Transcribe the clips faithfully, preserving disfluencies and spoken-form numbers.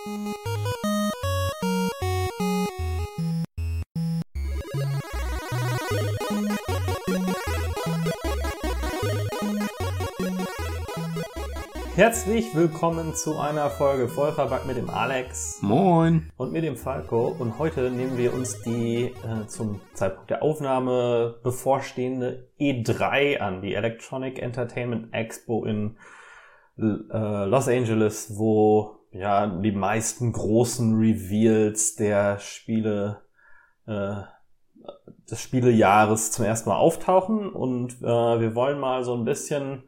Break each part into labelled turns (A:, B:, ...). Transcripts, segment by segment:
A: Herzlich willkommen zu einer Folge Vollverbackt mit dem Alex.
B: Moin.
A: Und mit dem Falco. Und heute nehmen wir uns die äh, zum Zeitpunkt der Aufnahme bevorstehende E drei an, die Electronic Entertainment Expo in äh, Los Angeles, wo ja die meisten großen Reveals der Spiele äh, des Spielejahres zum ersten Mal auftauchen. Und äh, wir wollen mal so ein bisschen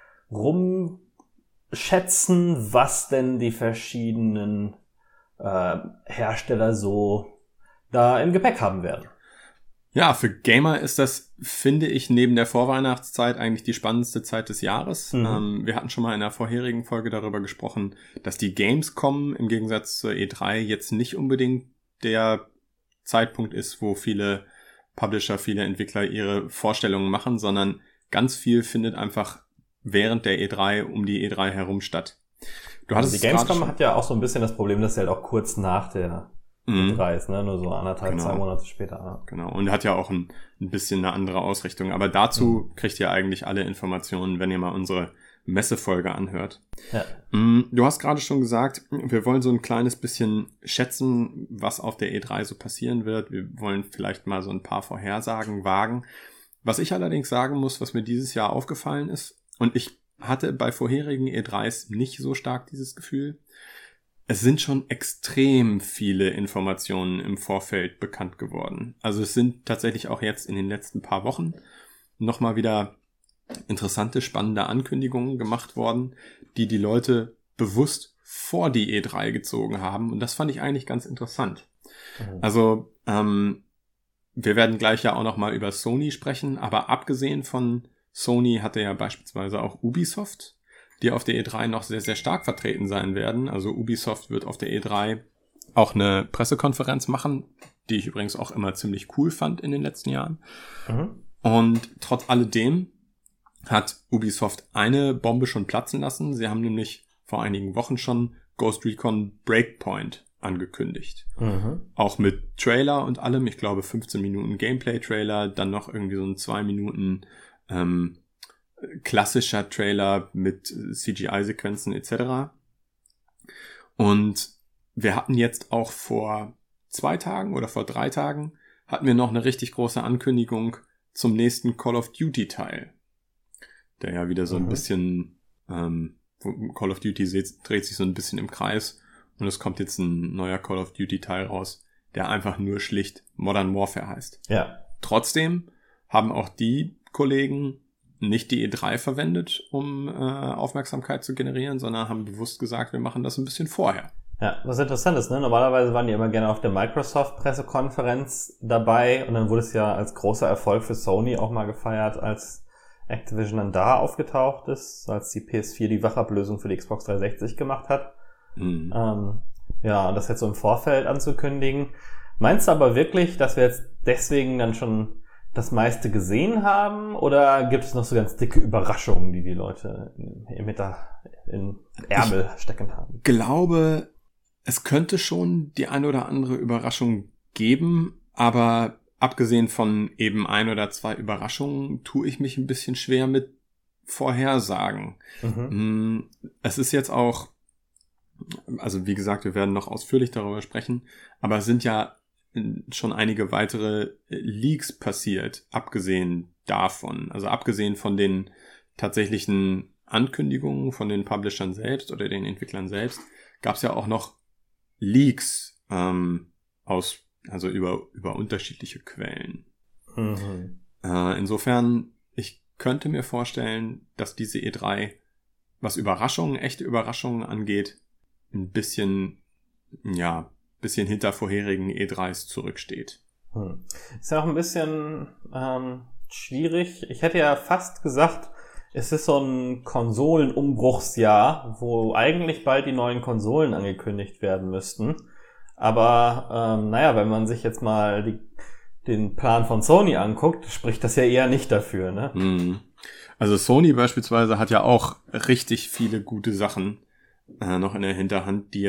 A: rum schätzen, was denn die verschiedenen äh, Hersteller so da im Gepäck haben werden.
B: Ja, für Gamer ist das, finde ich, neben der Vorweihnachtszeit eigentlich die spannendste Zeit des Jahres. Mhm. Ähm, wir hatten schon mal in der vorherigen Folge darüber gesprochen, dass die Gamescom im Gegensatz zur E drei jetzt nicht unbedingt der Zeitpunkt ist, wo viele Publisher, viele Entwickler ihre Vorstellungen machen, sondern ganz viel findet einfach während der E drei um die E drei herum statt. Du hattest
A: also die Gamescom hat ja auch so ein bisschen das Problem, dass sie halt auch kurz nach der mhm. E drei ist, ne? Nur so anderthalb,
B: genau.
A: zwei Monate später. Ja.
B: Genau, und hat ja auch ein, ein bisschen eine andere Ausrichtung. Aber dazu mhm. kriegt ihr eigentlich alle Informationen, wenn ihr mal unsere Messefolge anhört.
A: Ja.
B: Du hast gerade schon gesagt, wir wollen so ein kleines bisschen schätzen, was auf der E drei so passieren wird. Wir wollen vielleicht mal so ein paar Vorhersagen wagen. Was ich allerdings sagen muss, was mir dieses Jahr aufgefallen ist, und ich hatte bei vorherigen E dreis nicht so stark dieses Gefühl. Es sind schon extrem viele Informationen im Vorfeld bekannt geworden. Also es sind tatsächlich auch jetzt in den letzten paar Wochen nochmal wieder interessante, spannende Ankündigungen gemacht worden, die die Leute bewusst vor die E drei gezogen haben. Und das fand ich eigentlich ganz interessant. Mhm. Also ähm, wir werden gleich ja auch nochmal über Sony sprechen, aber abgesehen von Sony hatte ja beispielsweise auch Ubisoft, die auf der E drei noch sehr, sehr stark vertreten sein werden. Also Ubisoft wird auf der E drei auch eine Pressekonferenz machen, die ich übrigens auch immer ziemlich cool fand in den letzten Jahren. Mhm. Und trotz alledem hat Ubisoft eine Bombe schon platzen lassen. Sie haben nämlich vor einigen Wochen schon Ghost Recon Breakpoint angekündigt. Mhm. Auch mit Trailer und allem. Ich glaube fünfzehn Minuten Gameplay-Trailer, dann noch irgendwie so ein zwei Minuten Ähm, klassischer Trailer mit C G I-Sequenzen et cetera. Und wir hatten jetzt auch vor zwei Tagen oder vor drei Tagen hatten wir noch eine richtig große Ankündigung zum nächsten Call of Duty-Teil, der ja wieder so ein mhm. bisschen ähm, Call of Duty dreht sich so ein bisschen im Kreis und es kommt jetzt ein neuer Call of Duty-Teil raus, der einfach nur schlicht Modern Warfare heißt.
A: Ja.
B: Trotzdem haben auch die Kollegen nicht die E drei verwendet, um äh, Aufmerksamkeit zu generieren, sondern haben bewusst gesagt, wir machen das ein bisschen vorher.
A: Ja, was interessant ist, ne? Normalerweise waren die immer gerne auf der Microsoft-Pressekonferenz dabei und dann wurde es ja als großer Erfolg für Sony auch mal gefeiert, als Activision dann da aufgetaucht ist, als die P S vier die Wachablösung für die Xbox dreihundertsechzig gemacht hat. Mhm. Ähm, ja, und das jetzt so im Vorfeld anzukündigen. Meinst du aber wirklich, dass wir jetzt deswegen dann schon das meiste gesehen haben, oder gibt es noch so ganz dicke Überraschungen, die die Leute im Mittag in Ärmel ich stecken haben?
B: Ich glaube, es könnte schon die eine oder andere Überraschung geben, aber abgesehen von eben ein oder zwei Überraschungen tue ich mich ein bisschen schwer mit Vorhersagen. Mhm. Es ist jetzt auch, also wie gesagt, wir werden noch ausführlich darüber sprechen, aber es sind ja schon einige weitere Leaks passiert, abgesehen davon. Also abgesehen von den tatsächlichen Ankündigungen von den Publishern selbst oder den Entwicklern selbst, gab es ja auch noch Leaks ähm, aus, also über, über unterschiedliche Quellen. Mhm. Äh, insofern, ich könnte mir vorstellen, dass diese E drei, was Überraschungen, echte Überraschungen angeht, ein bisschen, ja, bisschen hinter vorherigen E dreis zurücksteht.
A: Hm. Ist ja auch ein bisschen ähm, schwierig. Ich hätte ja fast gesagt, es ist so ein Konsolenumbruchsjahr, wo eigentlich bald die neuen Konsolen angekündigt werden müssten. Aber ähm, naja, wenn man sich jetzt mal die, den Plan von Sony anguckt, spricht das ja eher nicht dafür, ne?
B: Hm. Also Sony beispielsweise hat ja auch richtig viele gute Sachen äh, noch in der Hinterhand, die jetzt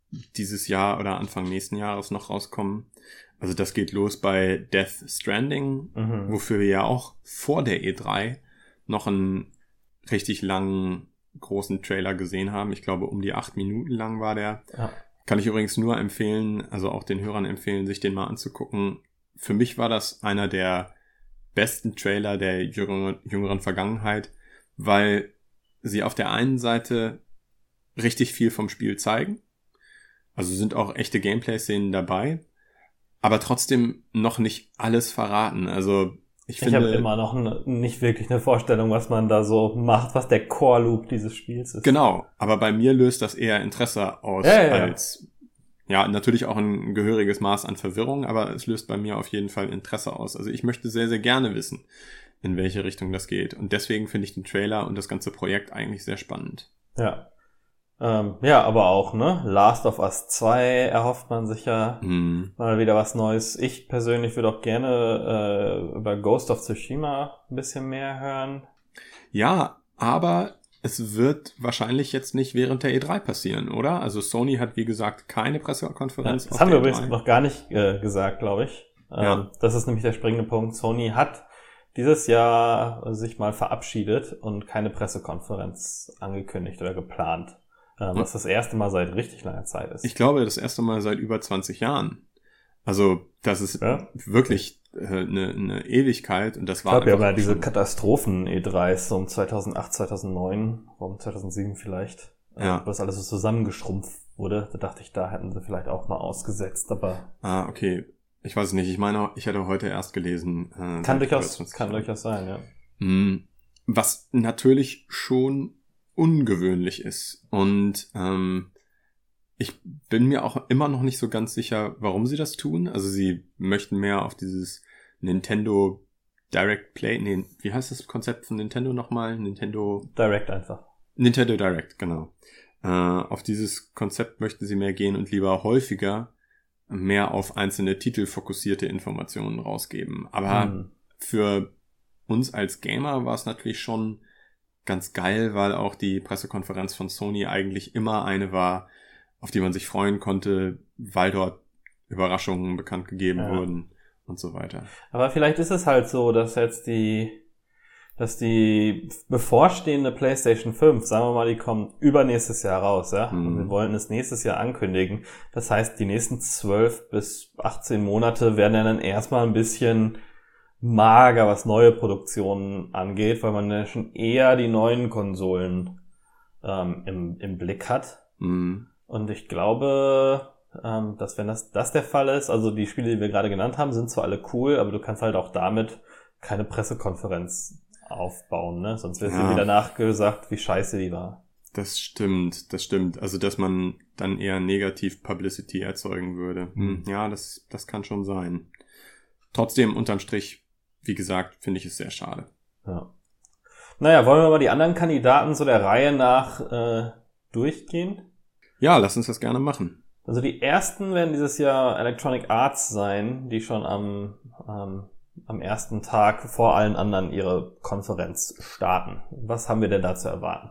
B: dieses Jahr oder Anfang nächsten Jahres noch rauskommen. Also das geht los bei Death Stranding, mhm. wofür wir ja auch vor der E drei noch einen richtig langen, großen Trailer gesehen haben. Ich glaube, um die acht Minuten lang war der. Ja. Kann ich übrigens nur empfehlen, also auch den Hörern empfehlen, sich den mal anzugucken. Für mich war das einer der besten Trailer der jüngeren, jüngeren Vergangenheit, weil sie auf der einen Seite richtig viel vom Spiel zeigen. Also sind auch echte Gameplay-Szenen dabei, aber trotzdem noch nicht alles verraten. Also ich, ich finde... Ich habe
A: immer noch ne, nicht wirklich eine Vorstellung, was man da so macht, was der Core-Loop dieses Spiels ist.
B: Genau, aber bei mir löst das eher Interesse aus
A: ja, ja,
B: als... Ja, natürlich auch ein gehöriges Maß an Verwirrung, aber es löst bei mir auf jeden Fall Interesse aus. Also ich möchte sehr, sehr gerne wissen, in welche Richtung das geht. Und deswegen finde ich den Trailer und das ganze Projekt eigentlich sehr spannend.
A: Ja. Ähm, ja, aber auch, ne? Last of Us zwei erhofft man sich ja mm. mal wieder was Neues. Ich persönlich würde auch gerne äh, über Ghost of Tsushima ein bisschen mehr hören.
B: Ja, aber es wird wahrscheinlich jetzt nicht während der E drei passieren, oder? Also Sony hat, wie gesagt, keine Pressekonferenz.
A: Ja, das haben wir übrigens noch gar nicht äh, gesagt, glaube ich. Ähm, ja. Das ist nämlich der springende Punkt. Sony hat dieses Jahr sich mal verabschiedet und keine Pressekonferenz angekündigt oder geplant. Ähm, hm. Was das erste Mal seit richtig langer Zeit ist.
B: Ich glaube, das erste Mal seit über zwanzig Jahren. Also das ist ja? wirklich äh, eine, eine Ewigkeit und das
A: ich
B: war
A: glaub, einfach... Ich glaube, ja, diese Katastrophen-E dreis so um zweitausendacht, zweitausendneun, um zweitausendsieben vielleicht, ja. äh, wo das alles so zusammengeschrumpft wurde. Da dachte ich, da hätten sie vielleicht auch mal ausgesetzt, aber...
B: Ah, okay. Ich weiß es nicht. Ich meine, ich hatte heute erst gelesen...
A: Äh, kann durchaus, kann durchaus sein, ja.
B: Was natürlich schon ungewöhnlich ist und... ähm ich bin mir auch immer noch nicht so ganz sicher, warum sie das tun. Also sie möchten mehr auf dieses Nintendo Direct Play, nee, wie heißt das Konzept von Nintendo nochmal? Nintendo
A: Direct einfach.
B: Nintendo Direct, genau. Äh, auf dieses Konzept möchten sie mehr gehen und lieber häufiger mehr auf einzelne Titel fokussierte Informationen rausgeben. Aber hm. für uns als Gamer war es natürlich schon ganz geil, weil auch die Pressekonferenz von Sony eigentlich immer eine war, auf die man sich freuen konnte, weil dort Überraschungen bekannt gegeben ja. wurden und so weiter.
A: Aber vielleicht ist es halt so, dass jetzt die, dass die bevorstehende PlayStation fünf, sagen wir mal, die kommt übernächstes Jahr raus, ja, mhm. und wir wollen es nächstes Jahr ankündigen. Das heißt, die nächsten zwölf bis achtzehn Monate werden ja dann erstmal ein bisschen mager, was neue Produktionen angeht, weil man ja schon eher die neuen Konsolen ähm, im, im Blick hat.
B: Mhm.
A: Und ich glaube, ähm, dass wenn das, das der Fall ist, also die Spiele, die wir gerade genannt haben, sind zwar alle cool, aber du kannst halt auch damit keine Pressekonferenz aufbauen, ne? Sonst wird ja. dir wieder nachgesagt, wie scheiße die war.
B: Das stimmt, das stimmt. Also, dass man dann eher negativ Publicity erzeugen würde. Hm. Ja, das, das kann schon sein. Trotzdem, unterm Strich, wie gesagt, finde ich es sehr schade.
A: Ja. Naja, wollen wir mal die anderen Kandidaten so der Reihe nach äh, durchgehen?
B: Ja, lass uns das gerne machen.
A: Also die ersten werden dieses Jahr Electronic Arts sein, die schon am, ähm, am ersten Tag vor allen anderen ihre Konferenz starten. Was haben wir denn da zu erwarten?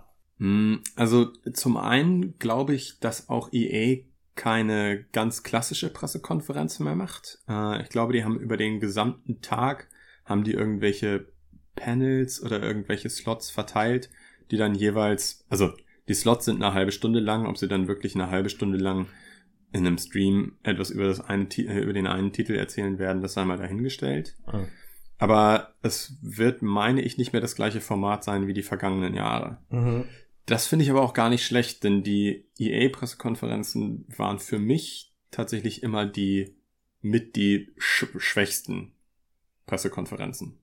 B: Also zum einen glaube ich, dass auch E A keine ganz klassische Pressekonferenz mehr macht. Äh, ich glaube, die haben über den gesamten Tag, haben die irgendwelche Panels oder irgendwelche Slots verteilt, die dann jeweils, also die Slots sind eine halbe Stunde lang, ob sie dann wirklich eine halbe Stunde lang in einem Stream etwas über das eine, über den einen Titel erzählen werden, das sei mal dahingestellt.
A: Oh.
B: Aber es wird, meine ich, nicht mehr das gleiche Format sein wie die vergangenen Jahre.
A: Mhm.
B: Das finde ich aber auch gar nicht schlecht, denn die E A-Pressekonferenzen waren für mich tatsächlich immer die mit die sch- schwächsten Pressekonferenzen.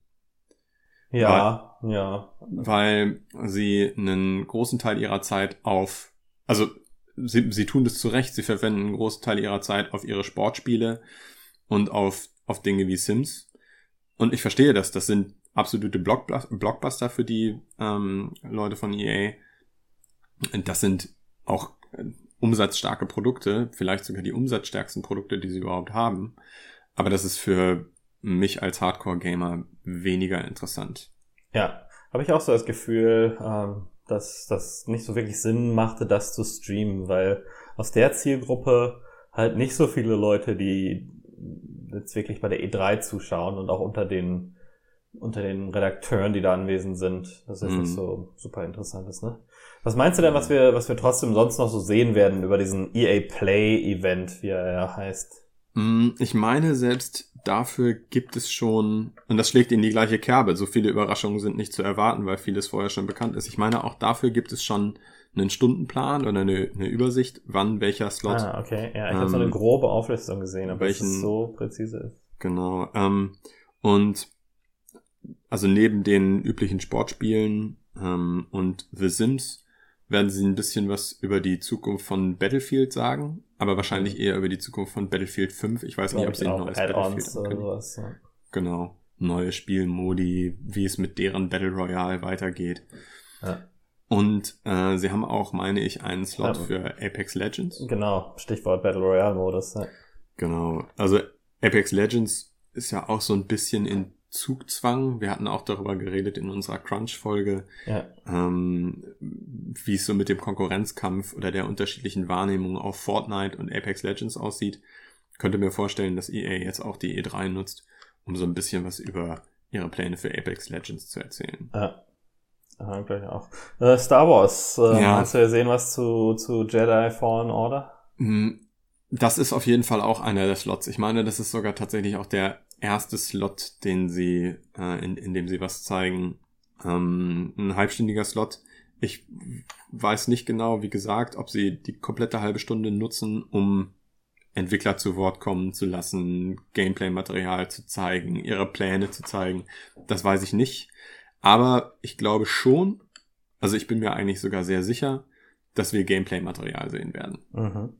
A: Ja,
B: weil,
A: ja.
B: Weil sie einen großen Teil ihrer Zeit auf, also sie, sie tun das zu Recht, sie verwenden einen großen Teil ihrer Zeit auf ihre Sportspiele und auf, auf Dinge wie Sims. Und ich verstehe das, das sind absolute Blockbuster für die ähm, Leute von E A. Das sind auch umsatzstarke Produkte, vielleicht sogar die umsatzstärksten Produkte, die sie überhaupt haben. Aber das ist für mich als Hardcore-Gamer weniger interessant.
A: Ja, habe ich auch so das Gefühl, ähm, dass das nicht so wirklich Sinn machte, das zu streamen, weil aus der Zielgruppe halt nicht so viele Leute, die jetzt wirklich bei der E drei zuschauen und auch unter den unter den Redakteuren, die da anwesend sind, das ist
B: Mhm.
A: nicht so super interessant ist, ne? Was meinst du denn, was wir was wir trotzdem sonst noch so sehen werden über diesen E A Play Event, wie er ja heißt?
B: Ich meine, selbst dafür gibt es schon, und das schlägt in die gleiche Kerbe, so viele Überraschungen sind nicht zu erwarten, weil vieles vorher schon bekannt ist. Ich meine, auch dafür gibt es schon einen Stundenplan oder eine, eine Übersicht, wann welcher Slot.
A: Ah, okay. Ja, ich
B: ähm,
A: habe so eine grobe Auflistung gesehen, aber
B: welchen,
A: dass es so präzise ist.
B: Genau. Ähm, und also neben den üblichen Sportspielen ähm, und The Sims werden sie ein bisschen was über die Zukunft von Battlefield sagen, aber wahrscheinlich eher über die Zukunft von Battlefield fünf. Ich weiß nicht, ob sie ein neues Battlefield
A: oder
B: ankündigen.
A: sowas. Ja.
B: Genau. Neue Spielmodi, wie es mit deren Battle Royale weitergeht.
A: Ja.
B: Und äh, sie haben auch, meine ich, einen Slot
A: Ja.
B: für Apex Legends.
A: Genau, Stichwort Battle Royale Modus. Ja.
B: Genau. Also Apex Legends ist ja auch so ein bisschen in Zugzwang. Wir hatten auch darüber geredet in unserer Crunch-Folge,
A: Ja.
B: ähm, wie es so mit dem Konkurrenzkampf oder der unterschiedlichen Wahrnehmung auf Fortnite und Apex Legends aussieht. Könnte mir vorstellen, dass E A jetzt auch die E drei nutzt, um so ein bisschen was über ihre Pläne für Apex Legends zu erzählen.
A: Ja. Ja, gleich auch. Äh, Star Wars, äh,
B: Ja.
A: meinst du, wir sehen was zu, zu Jedi Fallen Order?
B: Das ist auf jeden Fall auch einer der Slots. Ich meine, das ist sogar tatsächlich auch der erste Slot, den sie, äh, in, in dem sie was zeigen. Ähm, ein halbstündiger Slot. Ich weiß nicht genau, wie gesagt, ob sie die komplette halbe Stunde nutzen, um Entwickler zu Wort kommen zu lassen, Gameplay-Material zu zeigen, ihre Pläne zu zeigen. Das weiß ich nicht. Aber ich glaube schon, also ich bin mir eigentlich sogar sehr sicher, dass wir Gameplay-Material sehen werden.
A: Mhm.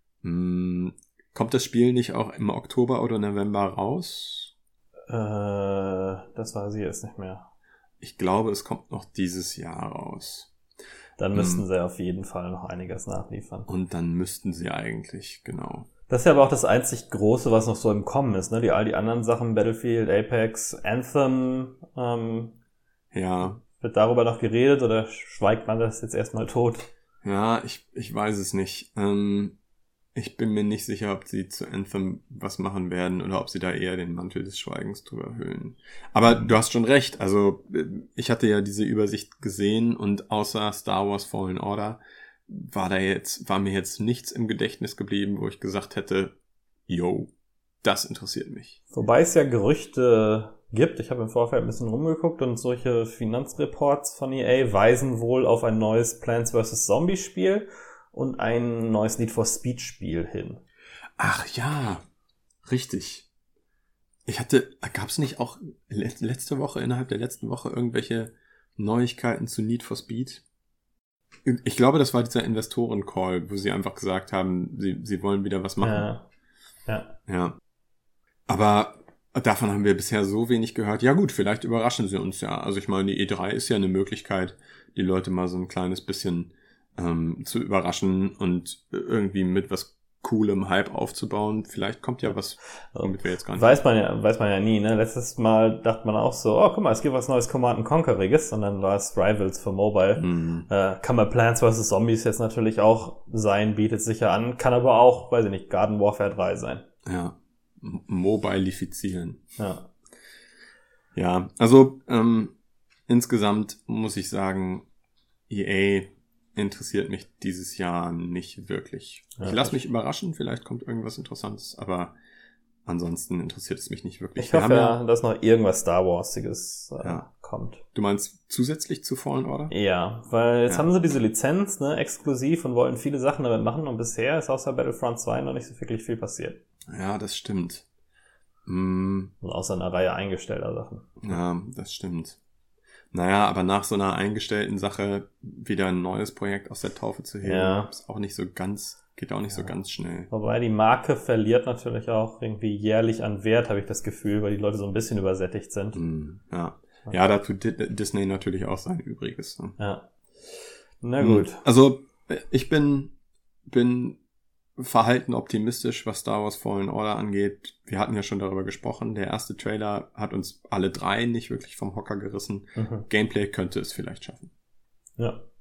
B: Hm, kommt das Spiel nicht auch im Oktober oder November raus?
A: Äh, das weiß ich jetzt nicht mehr.
B: Ich glaube, es kommt noch dieses Jahr raus.
A: Dann müssten
B: Hm.
A: sie auf jeden Fall noch einiges nachliefern.
B: Und dann müssten sie eigentlich, genau.
A: Das ist ja aber auch das einzig Große, was noch so im Kommen ist, ne? Die, all die anderen Sachen, Battlefield, Apex, Anthem, ähm,
B: Ja,
A: wird darüber noch geredet oder schweigt man das jetzt erstmal tot?
B: ja, ich, ich weiß es nicht. Ähm, ich bin mir nicht sicher, ob sie zu Anthem was machen werden oder ob sie da eher den Mantel des Schweigens drüber hüllen. Aber du hast schon recht. Also äh, ich hatte ja diese Übersicht gesehen und außer Star Wars Fallen Order war da jetzt, war mir jetzt nichts im Gedächtnis geblieben, wo ich gesagt hätte, yo, das interessiert mich.
A: Wobei es ja Gerüchte gibt, ich habe im Vorfeld ein bisschen rumgeguckt und solche Finanzreports von E A weisen wohl auf ein neues Plants versus. Zombies Spiel und ein neues Need for Speed Spiel hin.
B: Ach ja, richtig. Ich hatte, gab es nicht auch le- letzte Woche, innerhalb der letzten Woche irgendwelche Neuigkeiten zu Need for Speed? Ich glaube, das war dieser Investoren-Call, wo sie einfach gesagt haben, sie, sie wollen wieder was machen.
A: Ja. Ja.
B: Ja. Aber davon haben wir bisher so wenig gehört. Ja gut, vielleicht überraschen sie uns ja. Also ich meine, die E drei ist ja eine Möglichkeit, die Leute mal so ein kleines bisschen ähm, zu überraschen und irgendwie mit was coolem Hype aufzubauen. Vielleicht kommt ja was, womit wir jetzt gar nicht...
A: Weiß man ja, weiß man ja nie, ne? Letztes Mal dachte man auch so, oh, guck mal, es gibt was neues Command and Conqueriges, und dann war es Rivals für Mobile.
B: Mhm.
A: Äh, kann man Plants versus. Zombies jetzt natürlich auch sein, bietet sicher an, kann aber auch, weiß ich nicht, Garden Warfare drei sein.
B: Ja, M- mobilifizieren.
A: Ja.
B: Ja, also ähm, insgesamt muss ich sagen, E A interessiert mich dieses Jahr nicht wirklich.
A: Ja,
B: ich lasse mich überraschen, vielleicht kommt irgendwas Interessantes, aber ansonsten interessiert es mich nicht wirklich.
A: Ich
B: Wir
A: hoffe
B: haben
A: ja, dass noch irgendwas Star Warsiges äh,
B: Ja.
A: kommt.
B: Du meinst zusätzlich zu Fallen Order?
A: Ja, weil jetzt
B: Ja.
A: haben sie diese Lizenz, ne, exklusiv und wollten viele Sachen damit machen, und bisher ist außer Battlefront zwei noch nicht so wirklich viel passiert.
B: Ja, das stimmt. Mm,
A: Und außer einer Reihe eingestellter Sachen.
B: ja, das stimmt. Naja, aber nach so einer eingestellten Sache wieder ein neues Projekt aus der Taufe zu heben,
A: Ja.
B: ist auch nicht so ganz, geht auch nicht so
A: Ja.
B: ganz schnell.
A: Wobei die Marke verliert natürlich auch irgendwie jährlich an Wert, habe ich das Gefühl, weil die Leute so ein bisschen übersättigt sind.
B: Mm, ja. Ja, da tut Di- Disney natürlich auch sein Übriges. Ne?
A: Ja. Na gut.
B: Also, ich bin, bin verhalten optimistisch, was Star Wars Fallen Order angeht. Wir hatten ja schon darüber gesprochen. Der erste Trailer hat uns alle drei nicht wirklich vom Hocker gerissen.
A: Mhm.
B: Gameplay könnte es vielleicht schaffen.
A: Ja.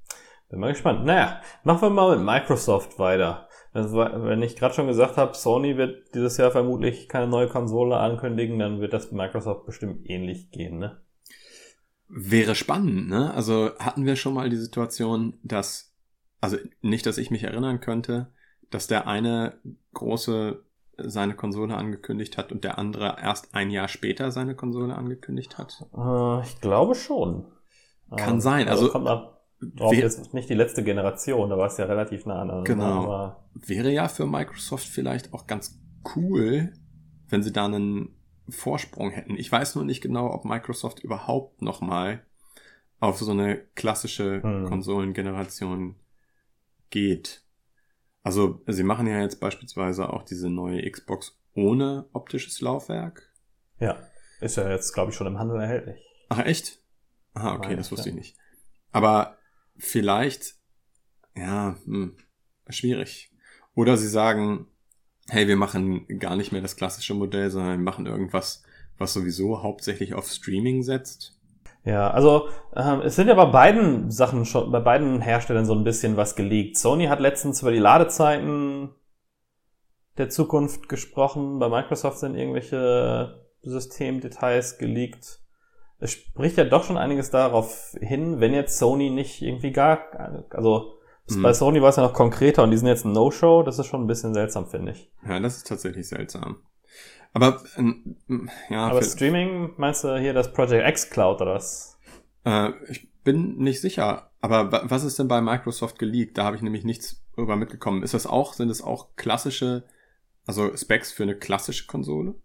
A: Bin mal gespannt. Naja, machen wir mal mit Microsoft weiter. Also, wenn ich gerade schon gesagt habe, Sony wird dieses Jahr vermutlich keine neue Konsole ankündigen, dann wird das Microsoft bestimmt ähnlich gehen, ne?
B: Wäre spannend, ne? Also hatten wir schon mal die Situation, dass, also nicht, dass ich mich erinnern könnte, dass der eine große seine Konsole angekündigt hat und der andere erst ein Jahr später seine Konsole angekündigt hat?
A: Äh, ich glaube schon.
B: Kann
A: ähm,
B: sein, also...
A: kommt ab drauf, jetzt nicht die letzte Generation, da war es ja relativ nah an.
B: Genau.
A: Aber
B: wäre ja für Microsoft vielleicht auch ganz cool, wenn sie da einen Vorsprung hätten. Ich weiß nur nicht genau, ob Microsoft überhaupt nochmal auf so eine klassische hm. Konsolengeneration geht. Also sie machen ja jetzt beispielsweise auch diese neue Xbox ohne optisches Laufwerk.
A: Ja, ist ja jetzt, glaube ich, schon im Handel erhältlich.
B: Ach, echt? Ah, okay,
A: Nein,
B: das wusste
A: ja.
B: ich nicht. Aber vielleicht, ja, hm, schwierig. Oder sie sagen, hey, wir machen gar nicht mehr das klassische Modell, sondern wir machen irgendwas, was sowieso hauptsächlich auf Streaming setzt.
A: Ja, also ähm, es sind ja bei beiden Sachen schon, bei beiden Herstellern so ein bisschen was geleakt. Sony hat letztens über die Ladezeiten der Zukunft gesprochen. Bei Microsoft sind irgendwelche Systemdetails geleakt. Es spricht ja doch schon einiges darauf hin, wenn jetzt Sony nicht irgendwie gar, also mhm. bei Sony war es ja noch konkreter und die sind jetzt ein No-Show, das ist schon ein bisschen seltsam, finde ich.
B: Ja, das ist tatsächlich seltsam. Aber, ähm, ja.
A: Aber Streaming, meinst du hier das Project X Cloud oder was?
B: Äh, ich bin nicht sicher, aber was ist denn bei Microsoft geleakt? Da habe ich nämlich nichts drüber mitgekommen. Ist das auch, sind es auch klassische, also Specs für eine klassische Konsole?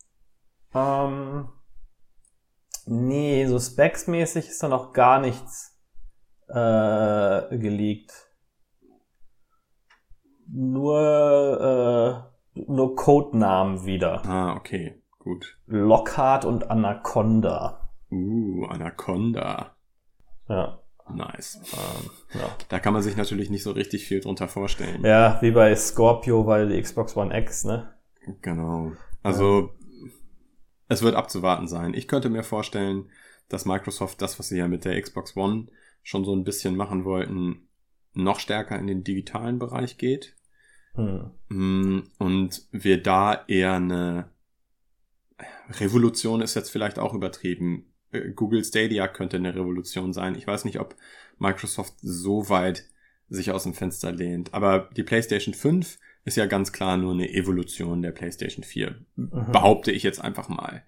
A: Ähm... Nee, so Specs-mäßig ist da noch gar nichts äh, geleakt. Nur, äh, nur Codenamen wieder.
B: Ah, okay, gut.
A: Lockhart und Anaconda.
B: Uh, Anaconda.
A: Ja.
B: Nice.
A: Ähm, ja.
B: Da kann man sich natürlich nicht so richtig viel drunter vorstellen.
A: Ja, wie bei Scorpio, weil die Xbox One X, ne?
B: Genau. Also... Ja. Es wird abzuwarten sein. Ich könnte mir vorstellen, dass Microsoft das, was sie ja mit der Xbox One schon so ein bisschen machen wollten, noch stärker in den digitalen Bereich geht. Hm. Und wir da eher eine Revolution ist jetzt vielleicht auch übertrieben. Google Stadia könnte eine Revolution sein. Ich weiß nicht, ob Microsoft so weit sich aus dem Fenster lehnt. Aber die PlayStation fünf ist ja ganz klar nur eine Evolution der PlayStation vier. Mhm. Behaupte ich jetzt einfach mal.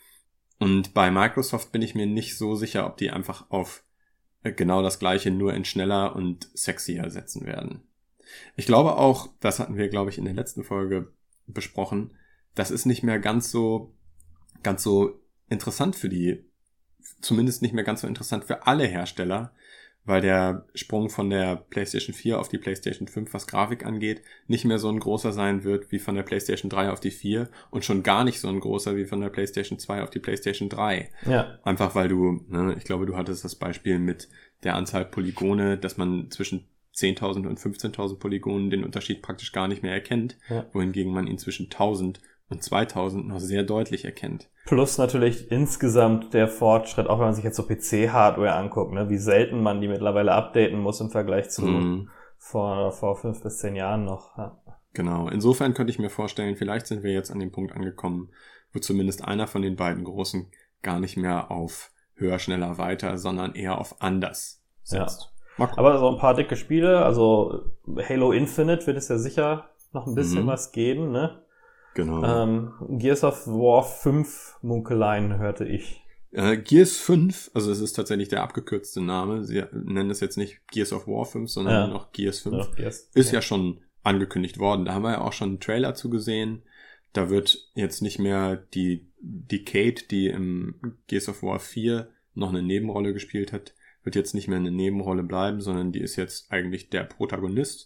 B: Und bei Microsoft bin ich mir nicht so sicher, ob die einfach auf genau das Gleiche nur in schneller und sexier setzen werden. Ich glaube auch, das hatten wir, glaube ich, in der letzten Folge besprochen, das ist nicht mehr ganz so, ganz so interessant für die, zumindest nicht mehr ganz so interessant für alle Hersteller, weil der Sprung von der PlayStation vier auf die PlayStation fünf, was Grafik angeht, nicht mehr so ein großer sein wird wie von der PlayStation drei auf die vier und schon gar nicht so ein großer wie von der PlayStation zwei auf die PlayStation drei.
A: Ja.
B: Einfach weil du, ne, ich glaube, du hattest das Beispiel mit der Anzahl Polygone, dass man zwischen zehntausend und fünfzehntausend Polygonen den Unterschied praktisch gar nicht mehr erkennt, ja. Wohingegen man ihn zwischen tausend und zweitausend noch sehr deutlich erkennt.
A: Plus natürlich insgesamt der Fortschritt, auch wenn man sich jetzt so P C-Hardware anguckt, ne, wie selten man die mittlerweile updaten muss im Vergleich zu mm. vor, vor fünf bis zehn Jahren noch. Ja.
B: Genau, insofern könnte ich mir vorstellen, vielleicht sind wir jetzt an dem Punkt angekommen, wo zumindest einer von den beiden Großen gar nicht mehr auf höher, schneller, weiter, sondern eher auf anders setzt.
A: Ja. Aber so ein paar dicke Spiele, also Halo Infinite wird es ja sicher noch ein bisschen mm. was geben, ne?
B: Genau.
A: Ähm, Gears of War fünf Munkeleien hörte ich.
B: Äh, Gears fünf, also es ist tatsächlich der abgekürzte Name. Sie nennen es jetzt nicht Gears of War fünf, sondern
A: ja.
B: nur noch Gears fünf.
A: Ja, Gears.
B: Ist ja. ja schon angekündigt worden. Da haben wir ja auch schon einen Trailer zugesehen. Da wird jetzt nicht mehr die, die Kate, die im Gears of War vier noch eine Nebenrolle gespielt hat, wird jetzt nicht mehr eine Nebenrolle bleiben, sondern die ist jetzt eigentlich der Protagonist.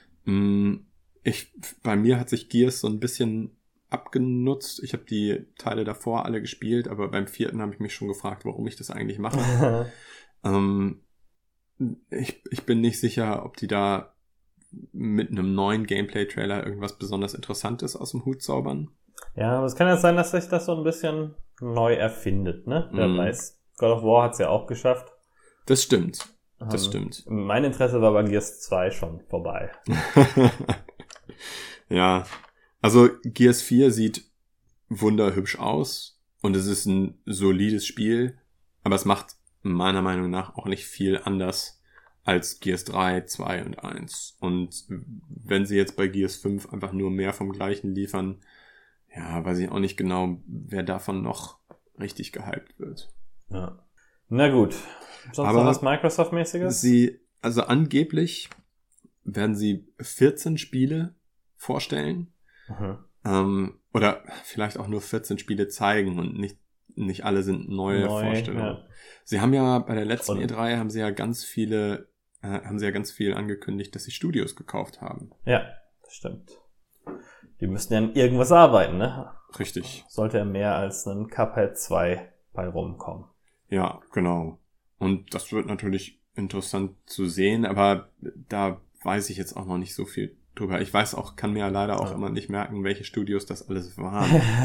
B: Mm. Ich, bei mir hat sich Gears so ein bisschen abgenutzt. Ich habe die Teile davor alle gespielt, aber beim vierten habe ich mich schon gefragt, warum ich das eigentlich mache. ähm, ich, ich bin nicht sicher, ob die da mit einem neuen Gameplay-Trailer irgendwas besonders Interessantes aus dem Hut zaubern.
A: Ja, aber es kann ja sein, dass sich das so ein bisschen neu erfindet, ne? Wer mm. weiß. God of War hat's ja auch geschafft.
B: Das stimmt. Das ähm, stimmt.
A: Mein Interesse war bei Gears zwei schon vorbei.
B: Ja, also Gears vier sieht wunderhübsch aus und es ist ein solides Spiel, aber es macht meiner Meinung nach auch nicht viel anders als Gears drei, zwei und eins. Und wenn sie jetzt bei Gears fünf einfach nur mehr vom Gleichen liefern, ja, weiß ich auch nicht genau, wer davon noch richtig gehypt wird.
A: Ja. Na gut. Sonst
B: aber
A: noch was Microsoft-mäßiges?
B: Sie, also angeblich werden sie vierzehn Spiele vorstellen.
A: Mhm.
B: Ähm, oder vielleicht auch nur vierzehn Spiele zeigen und nicht, nicht alle sind neue
A: Neu,
B: Vorstellungen.
A: ja.
B: Sie haben ja bei der letzten
A: Und
B: E drei haben sie ja ganz viele, äh, haben sie ja ganz viel angekündigt, dass sie Studios gekauft haben.
A: Ja, das stimmt. Die müssen ja an irgendwas arbeiten, ne?
B: Richtig.
A: Sollte ja mehr als ein Cuphead zwei bei rumkommen.
B: Ja, genau. Und das wird natürlich interessant zu sehen, aber da weiß ich jetzt auch noch nicht so viel drüber. Ich weiß auch, kann mir ja leider auch ja. immer nicht merken, welche Studios das alles waren.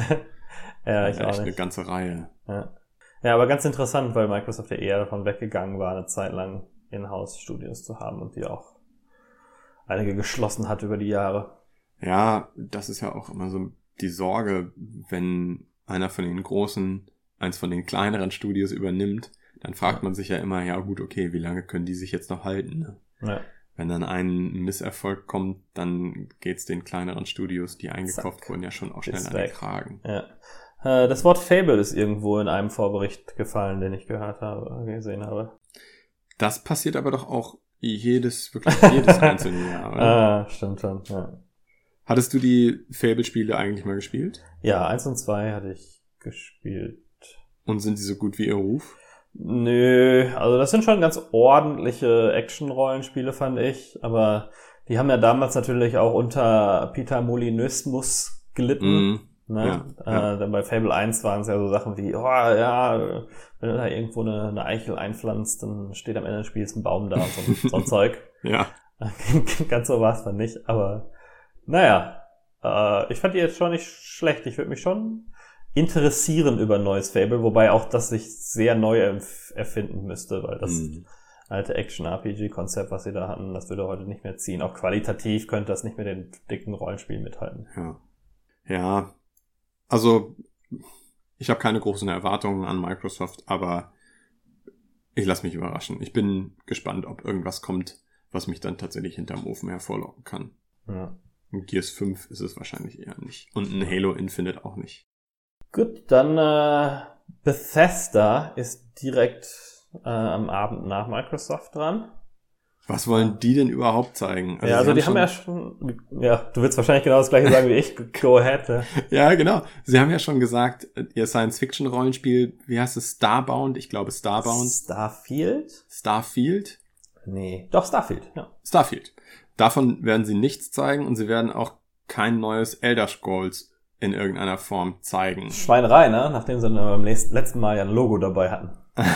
A: Ja, ich
B: ja,
A: auch
B: echt
A: nicht.
B: eine ganze Reihe.
A: Ja. Ja, aber ganz interessant, weil Microsoft ja eher davon weggegangen war, eine Zeit lang In-House-Studios zu haben und die auch einige geschlossen hat über die Jahre.
B: Ja, das ist ja auch immer so die Sorge, wenn einer von den großen, eins von den kleineren Studios übernimmt, dann fragt man sich ja immer, ja gut, okay, wie lange können die sich jetzt noch halten? Ne?
A: Ja.
B: Wenn dann ein Misserfolg kommt, dann geht's den kleineren Studios, die eingekauft Zack. wurden, ja schon auch schnell
A: Ist
B: an
A: weg.
B: den Kragen.
A: Ja. Äh, das Wort Fable ist irgendwo in einem Vorbericht gefallen, den ich gehört habe, gesehen habe.
B: Das passiert aber doch auch jedes, wirklich jedes einzelne Jahr, oder?
A: Ah, stimmt schon, ja.
B: Hattest du die Fable-Spiele eigentlich mal gespielt?
A: Ja, eins und zwei hatte ich gespielt.
B: Und sind sie so gut wie ihr Ruf?
A: Nö, also das sind schon ganz ordentliche Action-Rollenspiele, fand ich. Aber die haben ja damals natürlich auch unter Peter Molyneux gelitten.
B: Mm,
A: ne?
B: ja, ja.
A: Äh, dann bei Fable eins waren es ja so Sachen wie, oh ja, wenn du da irgendwo eine, eine Eichel einpflanzt, dann steht am Ende des Spiels ein Baum da und so, so ein Zeug.
B: Ja.
A: Ganz so war es dann nicht, aber naja, äh, ich fand die jetzt schon nicht schlecht. Ich würde mich schon interessieren über ein neues Fable, wobei auch das sich sehr neu erf- erfinden müsste, weil das
B: Mhm.
A: alte Action-R P G-Konzept, was sie da hatten, das würde heute nicht mehr ziehen. Auch qualitativ könnte das nicht mehr den dicken Rollenspielen mithalten.
B: Ja. Ja, also ich habe keine großen Erwartungen an Microsoft, aber ich lasse mich überraschen. Ich bin gespannt, ob irgendwas kommt, was mich dann tatsächlich hinterm Ofen hervorlocken kann.
A: Ja.
B: Ein Gears fünf ist es wahrscheinlich eher nicht. Und ein Halo Infinite auch nicht.
A: Gut, dann äh, Bethesda ist direkt äh, am Abend nach Microsoft dran.
B: Was wollen die denn überhaupt zeigen?
A: Also ja, also die haben, haben schon, ja schon, ja, du willst wahrscheinlich genau das gleiche sagen wie ich, go ahead. Ja.
B: Ja, genau. Sie haben ja schon gesagt, ihr Science-Fiction-Rollenspiel, wie heißt es, Starbound? Ich glaube Starbound.
A: Starfield?
B: Starfield?
A: Nee, doch Starfield, ja.
B: Starfield. Davon werden sie nichts zeigen und sie werden auch kein neues Elder Scrolls in irgendeiner Form zeigen.
A: Schweinerei, ne? Nachdem sie beim letzten Mal ja ein Logo dabei hatten.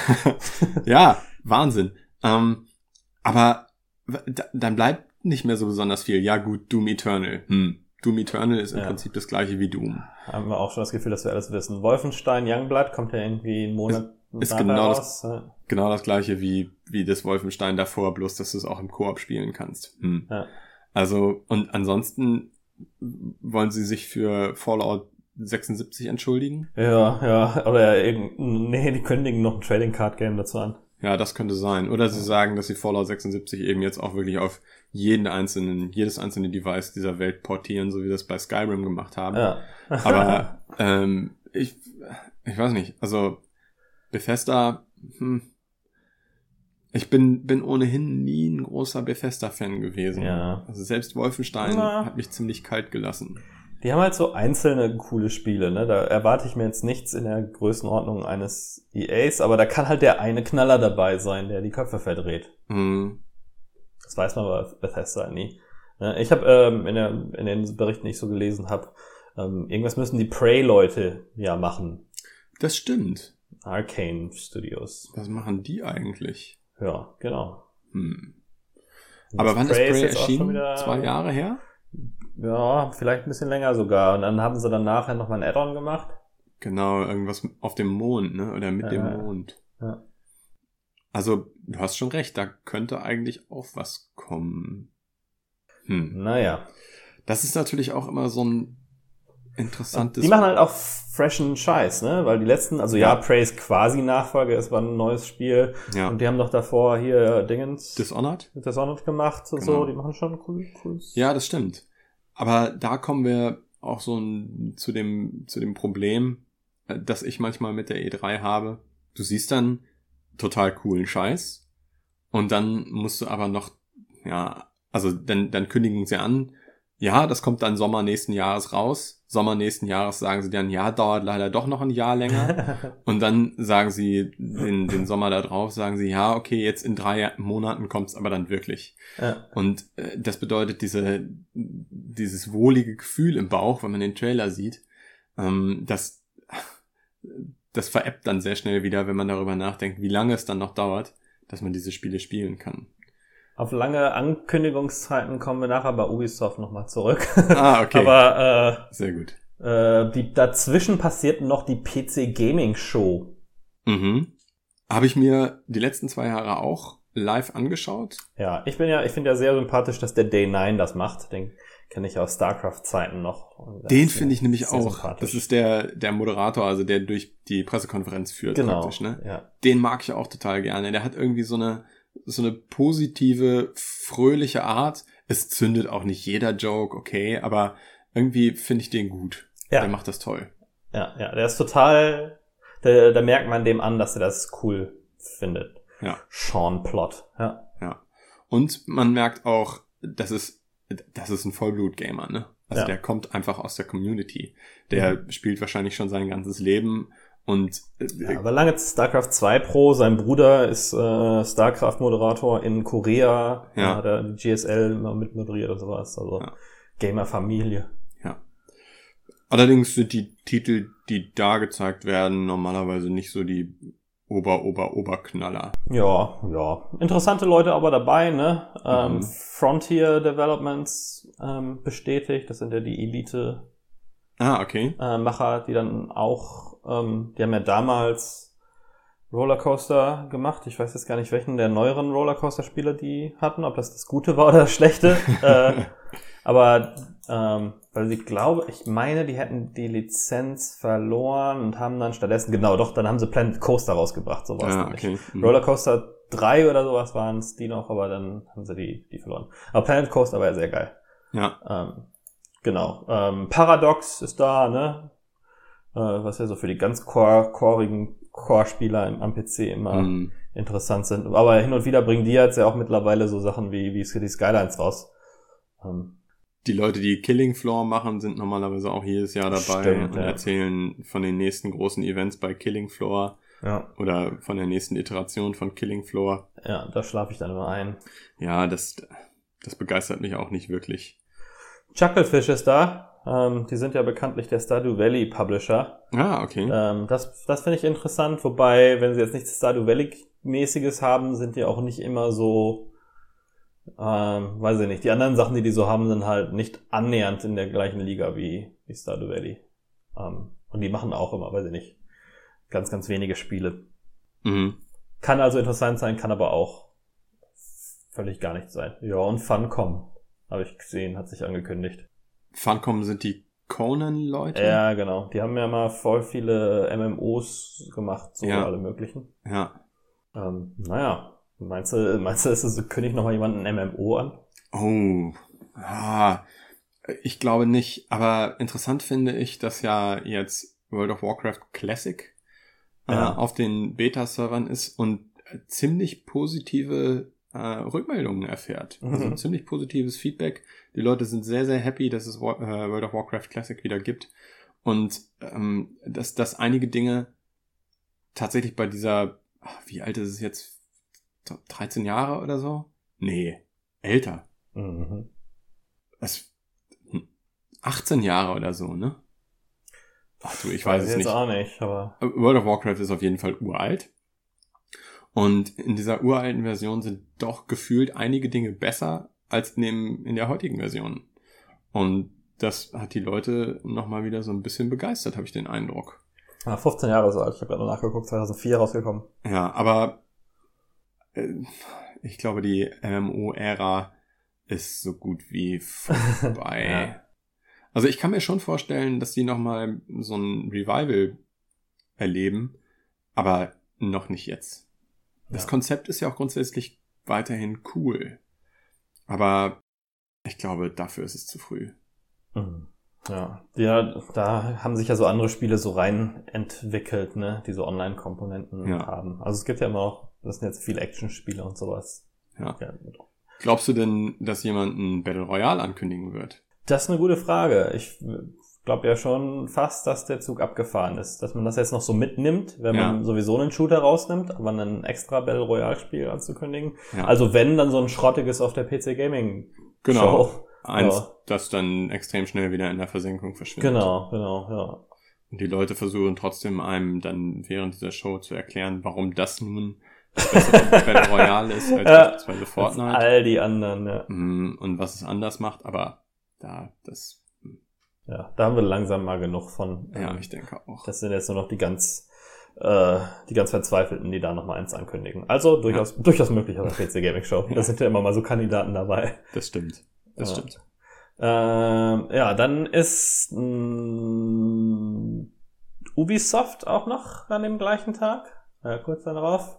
B: Ja, Wahnsinn. Ähm, aber d- dann bleibt nicht mehr so besonders viel. Ja gut, Doom Eternal. Hm. Doom Eternal ist im
A: Ja.
B: Prinzip das gleiche wie Doom.
A: Haben wir auch schon das Gefühl, dass wir alles wissen. Wolfenstein Youngblood kommt ja irgendwie einen Monat
B: Ist
A: nachher
B: genau
A: raus.
B: das, genau das gleiche wie, wie das Wolfenstein davor, bloß dass du es auch im Koop spielen kannst. Hm.
A: Ja.
B: Also, und ansonsten wollen sie sich für Fallout sechsundsiebzig entschuldigen?
A: Ja, ja, oder irgendein, nee, die kündigen noch ein Trading Card Game dazu an.
B: Ja, das könnte sein. Oder sie sagen, dass sie Fallout sechsundsiebzig eben jetzt auch wirklich auf jeden einzelnen, jedes einzelne Device dieser Welt portieren, so wie das bei Skyrim gemacht haben.
A: Ja.
B: Aber ähm, ich, ich weiß nicht. Also Bethesda, hm, ich bin bin ohnehin nie ein großer Bethesda-Fan gewesen.
A: Ja.
B: Also selbst Wolfenstein
A: Na.
B: hat mich ziemlich kalt gelassen.
A: Die haben halt so einzelne coole Spiele, ne? Da erwarte ich mir jetzt nichts in der Größenordnung eines E As, aber da kann halt der eine Knaller dabei sein, der die Köpfe verdreht.
B: Hm.
A: Das weiß man bei Bethesda nie. Ne? Ich habe ähm, in, der, in den Berichten, die ich so gelesen habe, ähm, irgendwas müssen die Prey-Leute ja machen.
B: Das stimmt.
A: Arcane Studios.
B: Was machen die eigentlich?
A: Ja, genau.
B: Hm.
A: Und
B: Aber wann ist Prey
A: jetzt auch schon
B: erschienen?
A: wieder-
B: Zwei Jahre her?
A: Ja, vielleicht ein bisschen länger sogar. Und dann haben sie dann nachher nochmal ein Add-on gemacht.
B: Genau, irgendwas auf dem Mond, ne? Oder mit
A: Ja.
B: dem Mond.
A: Ja.
B: Also, du hast schon recht, da könnte eigentlich auch was kommen. Hm.
A: Naja.
B: Das ist natürlich auch immer so ein interessantes...
A: Die machen halt auch freshen Scheiß, ne? Weil die letzten, also ja, ja Prey ist quasi Nachfolger, es war ein neues Spiel. Ja. Und die haben doch davor hier Dingens...
B: Dishonored?
A: Dishonored gemacht und genau. so. Die machen schon cool, cooles...
B: Ja, das stimmt. Aber da kommen wir auch so ein, zu dem, zu dem Problem, das ich manchmal mit der E drei habe. Du siehst dann total coolen Scheiß und dann musst du aber noch, ja, also dann, dann kündigen sie an, ja, das kommt dann Sommer nächsten Jahres raus. Sommer nächsten Jahres sagen sie dann, ja, dauert leider doch noch ein Jahr länger. Und dann sagen sie, den, den Sommer da drauf, sagen sie, ja, okay, jetzt in drei Monaten kommt's aber dann wirklich. Ja. Und äh, das bedeutet diese, dieses wohlige Gefühl im Bauch, wenn man den Trailer sieht, ähm, das, das verebbt dann sehr schnell wieder, wenn man darüber nachdenkt, wie lange es dann noch dauert, dass man diese Spiele spielen kann.
A: Auf lange Ankündigungszeiten kommen wir nachher bei Ubisoft nochmal zurück.
B: Ah, okay.
A: Aber äh,
B: sehr gut.
A: Äh, die, dazwischen passiert noch die P C Gaming Show.
B: Mhm. Habe ich mir die letzten zwei Jahre auch live angeschaut.
A: Ja, ich bin ja, ich finde ja sehr sympathisch, dass der Day neun das macht. Den kenne ich aus StarCraft-Zeiten noch.
B: Den finde ich nämlich auch. Das ist der, der Moderator, also der durch die Pressekonferenz führt.
A: Genau.
B: Praktisch, ne?
A: Ja.
B: Den mag ich auch total gerne. Der hat irgendwie so eine so eine positive, fröhliche Art. Es zündet auch nicht jeder Joke, okay, aber irgendwie finde ich den gut. Ja. Der macht das toll.
A: Ja, ja, der ist total, da, da merkt man dem an, dass er das cool findet.
B: Ja.
A: Sean Plott, ja.
B: Ja. Und man merkt auch, das ist, das ist ein Vollblut-Gamer, ne? Also ja. Der kommt einfach aus der Community. Der mhm. spielt wahrscheinlich schon sein ganzes Leben. Und äh,
A: ja, aber lange StarCraft zwei Pro, sein Bruder ist äh, StarCraft-Moderator in Korea,
B: ja.
A: hat er die G S L immer mitmoderiert und sowas, also ja. Gamer-Familie.
B: Ja. Allerdings sind die Titel, die da gezeigt werden, normalerweise nicht so die Ober-Ober-Oberknaller.
A: Ja, ja. Interessante Leute aber dabei, ne? Mhm. Ähm, Frontier Developments ähm, bestätigt, das sind ja die Elite
B: Ah, okay.
A: Äh, Macher, die dann auch, ähm, die haben ja damals Rollercoaster gemacht. Ich weiß jetzt gar nicht, welchen der neueren Rollercoaster-Spiele die hatten, ob das das Gute war oder das Schlechte. äh, aber, ähm, weil ich glaube, ich meine, die hätten die Lizenz verloren und haben dann stattdessen, genau, doch, dann haben sie Planet Coaster rausgebracht, sowas.
B: Ja, okay. Mhm.
A: Rollercoaster drei oder sowas waren es, die noch, aber dann haben sie die, die verloren. Aber Planet Coaster war ja sehr geil.
B: Ja.
A: Ähm, Genau. Ähm, Paradox ist da, ne? Äh, was ja so für die ganz core, coreigen Core-Spieler im, am P C immer mm. interessant sind. Aber hin und wieder bringen die jetzt ja auch mittlerweile so Sachen wie, wie City Skylines raus. Ähm,
B: die Leute, die Killing Floor machen, sind normalerweise auch jedes Jahr dabei
A: stimmt,
B: und
A: ja.
B: erzählen von den nächsten großen Events bei Killing Floor.
A: Ja.
B: Oder von der nächsten Iteration von Killing Floor.
A: Ja, da schlafe ich dann immer ein.
B: Ja, das, das begeistert mich auch nicht wirklich.
A: Chucklefish ist da. Ähm, die sind ja bekanntlich der Stardew Valley Publisher.
B: Ah, okay.
A: Ähm, das das finde ich interessant. Wobei, wenn sie jetzt nichts Stardew Valley-mäßiges haben, sind die auch nicht immer so, ähm, weiß ich nicht. Die anderen Sachen, die die so haben, sind halt nicht annähernd in der gleichen Liga wie, wie Stardew Valley. Ähm, und die machen auch immer, weiß ich nicht, ganz, ganz wenige Spiele.
B: Mhm.
A: Kann also interessant sein, kann aber auch völlig gar nichts sein. Ja, und Funcom. Habe ich gesehen, hat sich angekündigt.
B: Funcom sind die Conan-Leute?
A: Ja, genau. Die haben ja mal voll viele M M Os gemacht, so
B: ja.
A: alle möglichen.
B: Ja.
A: Ähm, naja, meinst du, meinst du, ist es, kündigt noch mal jemand ein M M O an?
B: Oh, ah, ich glaube nicht. Aber interessant finde ich, dass ja jetzt World of Warcraft Classic
A: ja.
B: äh, auf den Beta-Servern ist und ziemlich positive Uh, Rückmeldungen erfährt. Also
A: mhm.
B: ziemlich positives Feedback. Die Leute sind sehr, sehr happy, dass es War- uh, World of Warcraft Classic wieder gibt. Und ähm, dass, dass einige Dinge tatsächlich bei dieser, ach, wie alt ist es jetzt? dreizehn Jahre oder so? Nee, älter.
A: Mhm.
B: Das, achtzehn Jahre oder so, ne? Ach du, ich weiß, weiß es
A: jetzt
B: nicht.
A: auch nicht, aber
B: World of Warcraft ist auf jeden Fall uralt. Und in dieser uralten Version sind doch gefühlt einige Dinge besser als in, dem, in der heutigen Version. Und das hat die Leute nochmal wieder so ein bisschen begeistert, habe ich den Eindruck.
A: Ja, fünfzehn Jahre ist alt. Ich habe gerade nachgeguckt, zweitausendvier rausgekommen.
B: Ja, aber ich glaube, die M M O-Ära ist so gut wie vorbei. Ja. Also ich kann mir schon vorstellen, dass die nochmal so ein Revival erleben, aber noch nicht jetzt. Das ja. Konzept ist ja auch grundsätzlich weiterhin cool. Aber ich glaube, dafür ist es zu früh.
A: Mhm. Ja. ja, da haben sich ja so andere Spiele so rein entwickelt, ne, die so Online-Komponenten ja. haben. Also es gibt ja immer auch, das sind jetzt viele Action-Spiele und sowas.
B: Ja. ja. Glaubst du denn, dass jemand ein Battle Royale ankündigen wird?
A: Das ist eine gute Frage. Ich glaube ja schon fast, dass der Zug abgefahren ist. Dass man das jetzt noch so mitnimmt, wenn ja. man sowieso einen Shooter rausnimmt, aber ein extra Battle Royale Spiel anzukündigen. Ja. Also wenn, dann so ein schrottiges auf der P C Gaming
B: Genau.
A: Show.
B: Eins,
A: ja.
B: das dann extrem schnell wieder in der Versenkung verschwindet.
A: Genau, genau, ja.
B: Und die Leute versuchen trotzdem einem dann während dieser Show zu erklären, warum das nun das bessere Battle Royale ist als
A: ja,
B: beispielsweise Fortnite.
A: All die anderen, ja.
B: Und was es anders macht, aber da, das...
A: Ja, da haben wir langsam mal genug von.
B: Ja, ich denke auch.
A: Das sind jetzt nur noch die ganz, äh, die ganz Verzweifelten, die da noch mal eins ankündigen. Also durchaus, ja. durchaus möglich auf der P C Gaming Show. Ja. Da sind ja immer mal so Kandidaten dabei.
B: Das stimmt. Das
A: ja.
B: stimmt.
A: Ähm, ja, dann ist mh, Ubisoft auch noch an dem gleichen Tag. Ja, kurz darauf.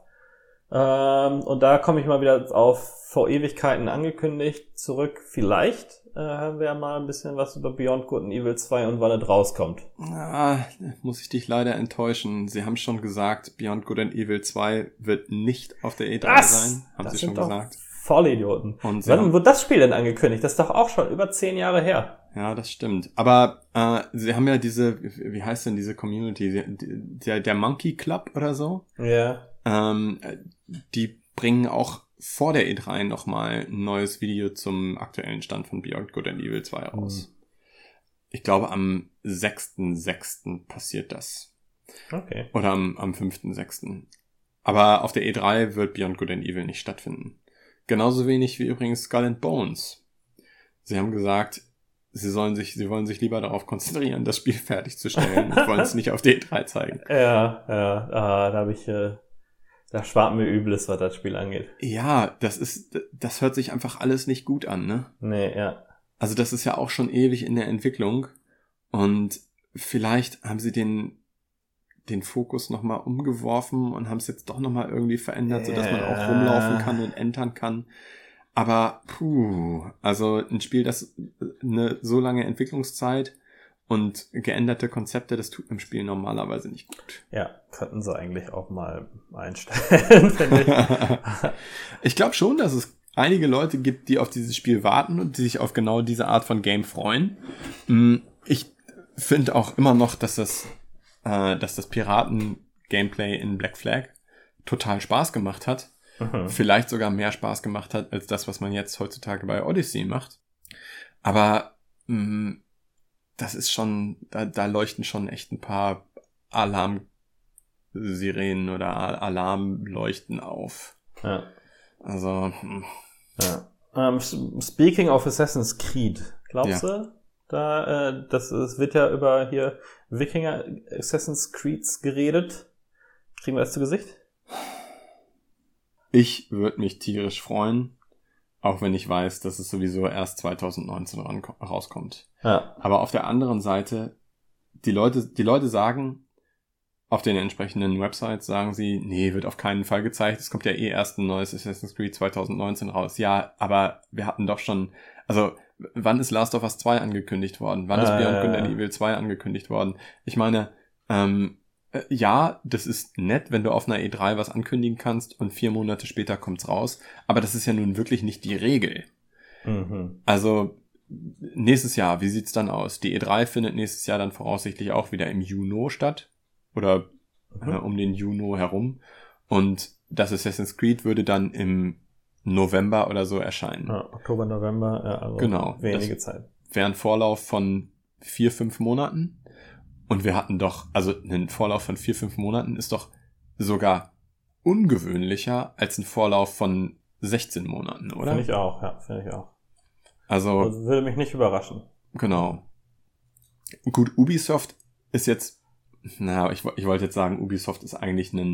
A: Ähm, und da komme ich mal wieder auf vor Ewigkeiten angekündigt zurück. Vielleicht äh, haben wir ja mal ein bisschen was über Beyond Good and Evil zwei und wann es rauskommt.
B: Ah, muss ich dich leider enttäuschen. Sie haben schon gesagt, Beyond Good and Evil zwei wird nicht auf der E drei
A: Was?
B: sein. Haben
A: das
B: sie schon gesagt.
A: Vollidioten.
B: Und
A: wann
B: haben,
A: wurde das Spiel denn angekündigt? Das ist doch auch schon über zehn Jahre her.
B: Ja, das stimmt. Aber äh, sie haben ja diese, wie heißt denn diese Community? Der, der Monkey Club oder so?
A: Ja. Yeah.
B: Ähm, die bringen auch vor der E drei nochmal ein neues Video zum aktuellen Stand von Beyond Good and Evil zwei raus. Mhm. Ich glaube, am sechsten sechsten passiert das.
A: Okay.
B: Oder am, am fünften sechsten Aber auf der E drei wird Beyond Good and Evil nicht stattfinden. Genauso wenig wie übrigens Skull and Bones. Sie haben gesagt, sie sollen sich, sie wollen sich lieber darauf konzentrieren, das Spiel fertigzustellen und wollen es nicht auf der E drei zeigen.
A: Ja, ja, ah, da habe ich, äh, da spart mir Übles, was das Spiel angeht.
B: Ja, das ist, das hört sich einfach alles nicht gut an, ne?
A: Nee, ja.
B: Also das ist ja auch schon ewig in der Entwicklung und vielleicht haben sie den, den Fokus nochmal umgeworfen und haben es jetzt doch nochmal irgendwie verändert, sodass man auch rumlaufen kann und entern kann. Aber, puh, also ein Spiel, das eine so lange Entwicklungszeit und geänderte Konzepte, das tut im Spiel normalerweise nicht gut.
A: Ja, könnten sie eigentlich auch mal einstellen, finde ich.
B: Ich glaube schon, dass es einige Leute gibt, die auf dieses Spiel warten und die sich auf genau diese Art von Game freuen. Ich finde auch immer noch, dass das, äh, dass das Piraten-Gameplay in Black Flag total Spaß gemacht hat. Mhm. Vielleicht sogar mehr Spaß gemacht hat, als das, was man jetzt heutzutage bei Odyssey macht. Aber mh, das ist schon, da, da leuchten schon echt ein paar Alarmsirenen oder Alarmleuchten auf.
A: Ja.
B: Also, mh.
A: ja. Um, speaking of Assassin's Creed, glaubst ja. du, da, äh, das, es wird ja über hier Wikinger Assassin's Creeds geredet. Kriegen wir das zu Gesicht?
B: Ich würde mich tierisch freuen, auch wenn ich weiß, dass es sowieso erst zwanzig neunzehn ran, rauskommt.
A: Ja.
B: Aber auf der anderen Seite, die Leute, die Leute sagen, auf den entsprechenden Websites sagen sie, nee, wird auf keinen Fall gezeigt, es kommt ja eh erst ein neues Assassin's Creed zwanzig neunzehn raus. Ja, aber wir hatten doch schon, also wann ist Last of Us zwei angekündigt worden? Wann ist äh, Beyond Good and Evil zwei angekündigt worden? Ich meine, ähm, ja, das ist nett, wenn du auf einer E drei was ankündigen kannst und vier Monate später kommt's raus, aber das ist ja nun wirklich nicht die Regel.
A: Mhm.
B: Also nächstes Jahr, wie sieht's dann aus? Die E drei findet nächstes Jahr dann voraussichtlich auch wieder im Juni statt oder mhm. äh, um den Juni herum und das Assassin's Creed würde dann im November oder so erscheinen.
A: Ja, Oktober, November, ja, also
B: genau,
A: wenige Zeit.
B: Wäre ein Vorlauf von vier, fünf Monaten. Und wir hatten doch, also ein Vorlauf von vier, fünf Monaten ist doch sogar ungewöhnlicher als ein Vorlauf von sechzehn Monaten, oder?
A: Finde ich auch, ja, finde ich auch.
B: Also,
A: also würde mich nicht überraschen.
B: Genau. Gut, Ubisoft ist jetzt, na, ich, ich wollte jetzt sagen, Ubisoft ist eigentlich ein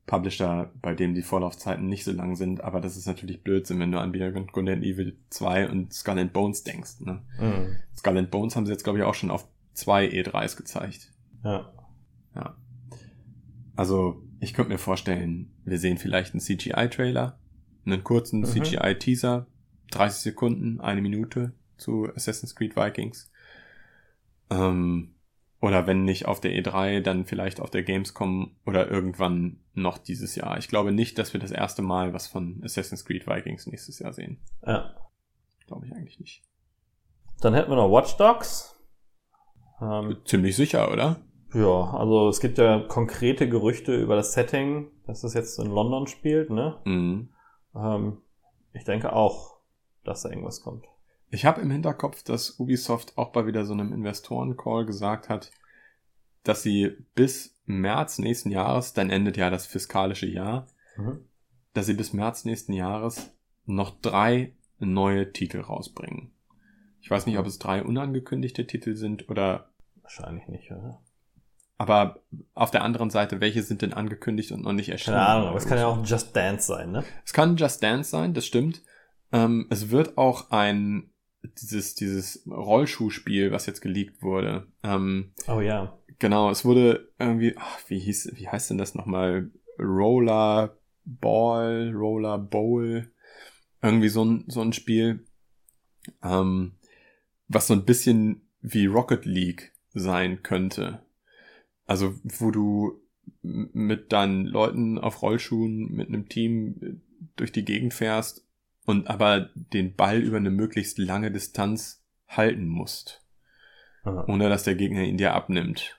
B: Publisher, bei dem die Vorlaufzeiten nicht so lang sind, aber das ist natürlich Blödsinn, wenn du an Beyond Good and Evil zwei und Skull and Bones denkst. Ne? Mhm. Skull and Bones haben sie jetzt, glaube ich, auch schon auf zwei E dreis gezeigt.
A: Ja.
B: Ja. Also, ich könnte mir vorstellen, wir sehen vielleicht einen C G I-Trailer, einen kurzen mhm. C G I-Teaser, dreißig Sekunden, eine Minute zu Assassin's Creed Vikings. Ähm, oder wenn nicht auf der E drei, dann vielleicht auf der Gamescom oder irgendwann noch dieses Jahr. Ich glaube nicht, dass wir das erste Mal was von Assassin's Creed Vikings nächstes Jahr sehen.
A: Ja.
B: Glaube ich eigentlich nicht.
A: Dann hätten wir noch Watch Dogs. Ähm,
B: Ziemlich sicher, oder?
A: Ja, also es gibt ja konkrete Gerüchte über das Setting, dass es jetzt in London spielt, ne?
B: Mhm.
A: Ähm, ich denke auch, dass da irgendwas kommt.
B: Ich habe im Hinterkopf, dass Ubisoft auch bei wieder so einem Investoren-Call gesagt hat, dass sie bis März nächsten Jahres, dann endet ja das fiskalische Jahr, mhm. dass sie bis März nächsten Jahres noch drei neue Titel rausbringen. Ich weiß nicht, ob es drei unangekündigte Titel sind oder...
A: Wahrscheinlich nicht, oder?
B: Aber auf der anderen Seite, welche sind denn angekündigt und noch nicht erschienen?
A: Keine Ahnung, aber es kann ja auch Just Dance sein, ne?
B: Es kann Just Dance sein, das stimmt. Ähm, es wird auch ein dieses dieses Rollschuhspiel, was jetzt geleakt wurde. Ähm,
A: oh ja.
B: Genau, es wurde irgendwie, ach, wie hieß, wie heißt denn das nochmal? Roller Ball, Roller Bowl, irgendwie so ein so ein Spiel, ähm, was so ein bisschen wie Rocket League sein könnte. Also, wo du mit deinen Leuten auf Rollschuhen mit einem Team durch die Gegend fährst und aber den Ball über eine möglichst lange Distanz halten musst. Aha. Ohne dass der Gegner ihn dir abnimmt.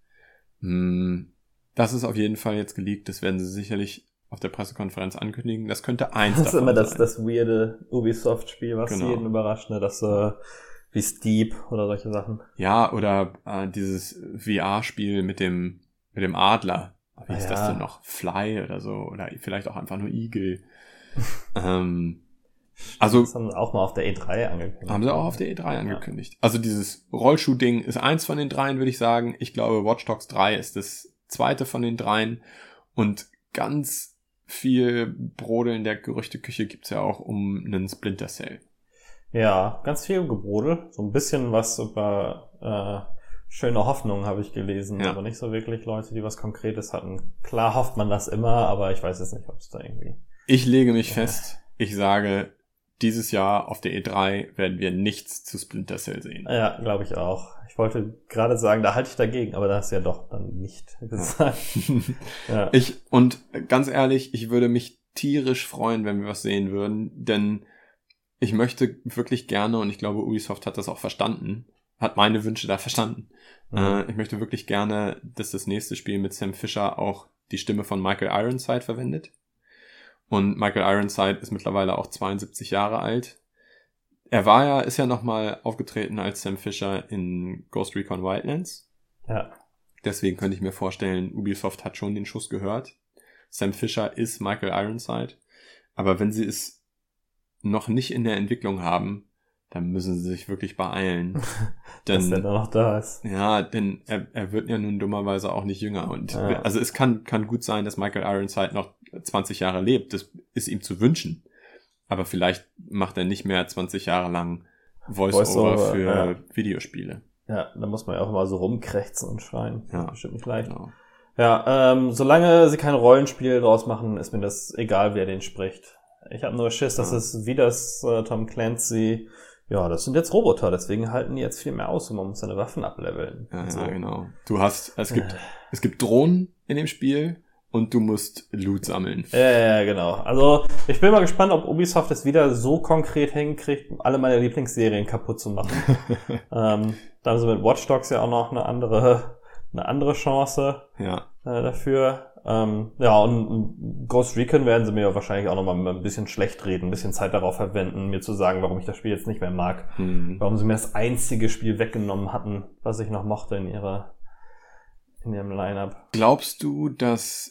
B: Das ist auf jeden Fall jetzt geleakt. Das werden sie sicherlich auf der Pressekonferenz ankündigen. Das könnte eins
A: das
B: davon sein.
A: Das ist immer das, das weirde Ubisoft-Spiel, was
B: genau.
A: jeden überrascht, ne? Das äh, wie Steep oder solche Sachen.
B: Ja, oder äh, dieses V R-Spiel mit dem mit dem Adler. Wie ist ja. das denn noch? Fly oder so? Oder vielleicht auch einfach nur Igel. ähm, also
A: das haben sie auch mal auf der E drei angekündigt.
B: Haben sie auch auf der E drei angekündigt. Ja. Also dieses Rollschuh-Ding ist eins von den dreien, würde ich sagen. Ich glaube, Watch Dogs drei ist das zweite von den dreien. Und ganz viel Brodel in der Gerüchteküche gibt's ja auch um einen Splinter Cell.
A: Ja, ganz viel Gebrodel. So ein bisschen was über äh, schöne Hoffnung habe ich gelesen, ja. aber nicht so wirklich Leute, die was Konkretes hatten. Klar hofft man das immer, aber ich weiß jetzt nicht, ob es da irgendwie...
B: Ich lege mich ja. fest, ich sage, dieses Jahr auf der E drei werden wir nichts zu Splinter Cell sehen.
A: Ja, glaube ich auch. Ich wollte gerade sagen, da halte ich dagegen, aber da hast du ja doch dann nicht gesagt.
B: ja. Ich, und ganz ehrlich, ich würde mich tierisch freuen, wenn wir was sehen würden, denn ich möchte wirklich gerne, und ich glaube, Ubisoft hat das auch verstanden, hat meine Wünsche da verstanden. Mhm. Äh, ich möchte wirklich gerne, dass das nächste Spiel mit Sam Fisher auch die Stimme von Michael Ironside verwendet. Und Michael Ironside ist mittlerweile auch zweiundsiebzig Jahre alt. Er war ja, ist ja nochmal aufgetreten als Sam Fisher in Ghost Recon Wildlands.
A: Ja.
B: Deswegen könnte ich mir vorstellen, Ubisoft hat schon den Schuss gehört. Sam Fisher ist Michael Ironside. Aber wenn sie es noch nicht in der Entwicklung haben, dann müssen sie sich wirklich beeilen. Denn,
A: dass der da noch da ist.
B: Ja, denn er, er wird ja nun dummerweise auch nicht jünger. Und
A: ja.
B: also es kann, kann gut sein, dass Michael Ironside noch zwanzig Jahre lebt. Das ist ihm zu wünschen. Aber vielleicht macht er nicht mehr zwanzig Jahre lang Voice-Over Voice für ja. Videospiele.
A: Ja, da muss man ja auch immer so rumkrächzen und schreien.
B: Ja.
A: Das ist bestimmt nicht leicht.
B: Genau.
A: Ja, ähm, solange sie kein Rollenspiel draus machen, ist mir das egal, wer den spricht. Ich habe nur Schiss, dass ja. es wie das äh, Tom Clancy, ja, das sind jetzt Roboter, deswegen halten die jetzt viel mehr aus und man muss seine Waffen ableveln.
B: Ja, so. ja, genau. Du hast, es gibt, äh. es gibt Drohnen in dem Spiel und du musst Loot sammeln.
A: Ja, ja, genau. Also, ich bin mal gespannt, ob Ubisoft es wieder so konkret hinkriegt, alle meine Lieblingsserien kaputt zu machen. ähm, da haben sie mit Watch Dogs ja auch noch eine andere, eine andere Chance
B: ja.
A: äh, dafür. Ähm, ja, und, und Ghost Recon werden sie mir wahrscheinlich auch nochmal ein bisschen schlecht reden, ein bisschen Zeit darauf verwenden, mir zu sagen, warum ich das Spiel jetzt nicht mehr mag.
B: Hm.
A: Warum sie mir das einzige Spiel weggenommen hatten, was ich noch mochte in ihrer, in ihrem Line-Up.
B: Glaubst du, dass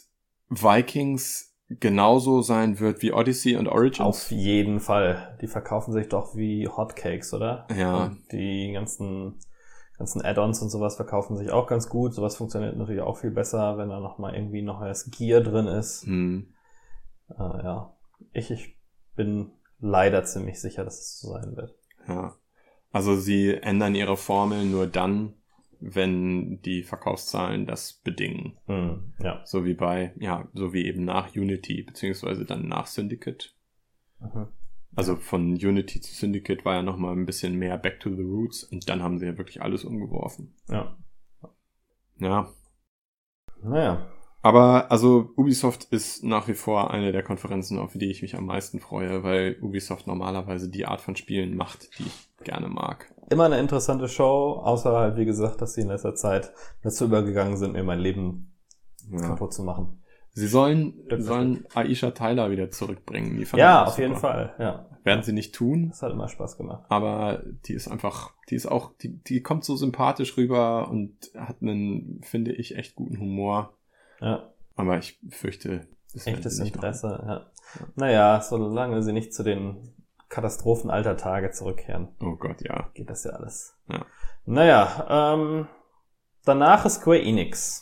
B: Vikings genauso sein wird wie Odyssey und Origins?
A: Auf jeden Fall. Die verkaufen sich doch wie Hotcakes, oder?
B: Ja.
A: Und die ganzen ganzen Add-ons und sowas verkaufen sich auch ganz gut. Sowas funktioniert natürlich auch viel besser, wenn da nochmal irgendwie noch neues Gear drin ist.
B: Hm.
A: Äh, ja, ich, ich bin leider ziemlich sicher, dass es so sein wird.
B: Ja, also sie ändern ihre Formel nur dann, wenn die Verkaufszahlen das bedingen.
A: Hm, ja.
B: So wie bei, ja, so wie eben nach Unity, beziehungsweise dann nach Syndicate.
A: Mhm.
B: Also von Unity zu Syndicate war ja nochmal ein bisschen mehr Back to the Roots und dann haben sie ja wirklich alles umgeworfen.
A: Ja.
B: Ja.
A: Naja.
B: Aber also Ubisoft ist nach wie vor eine der Konferenzen, auf die ich mich am meisten freue, weil Ubisoft normalerweise die Art von Spielen macht, die ich gerne mag.
A: Immer eine interessante Show, außer halt, wie gesagt, dass sie in letzter Zeit dazu übergegangen sind, mir mein Leben
B: Ja.
A: kaputt zu machen.
B: Sie sollen,
A: Stück für
B: sollen Aisha Tyler wieder zurückbringen. Die fand
A: Ja,
B: ich
A: auf
B: super.
A: jeden Fall, ja.
B: Werden sie nicht tun,
A: Das hat immer Spaß gemacht.
B: aber die ist einfach, die ist auch, die, die kommt so sympathisch rüber und hat einen, finde ich, echt guten Humor.
A: Ja,
B: Aber ich fürchte, das werden
A: echtes
B: sie nicht
A: Interesse, ja.
B: Ja.
A: Naja, solange sie nicht zu den Katastrophen alter Tage zurückkehren,
B: machen. Oh Gott, ja.
A: geht das ja alles.
B: Ja.
A: Naja, ähm, danach ist Square Enix.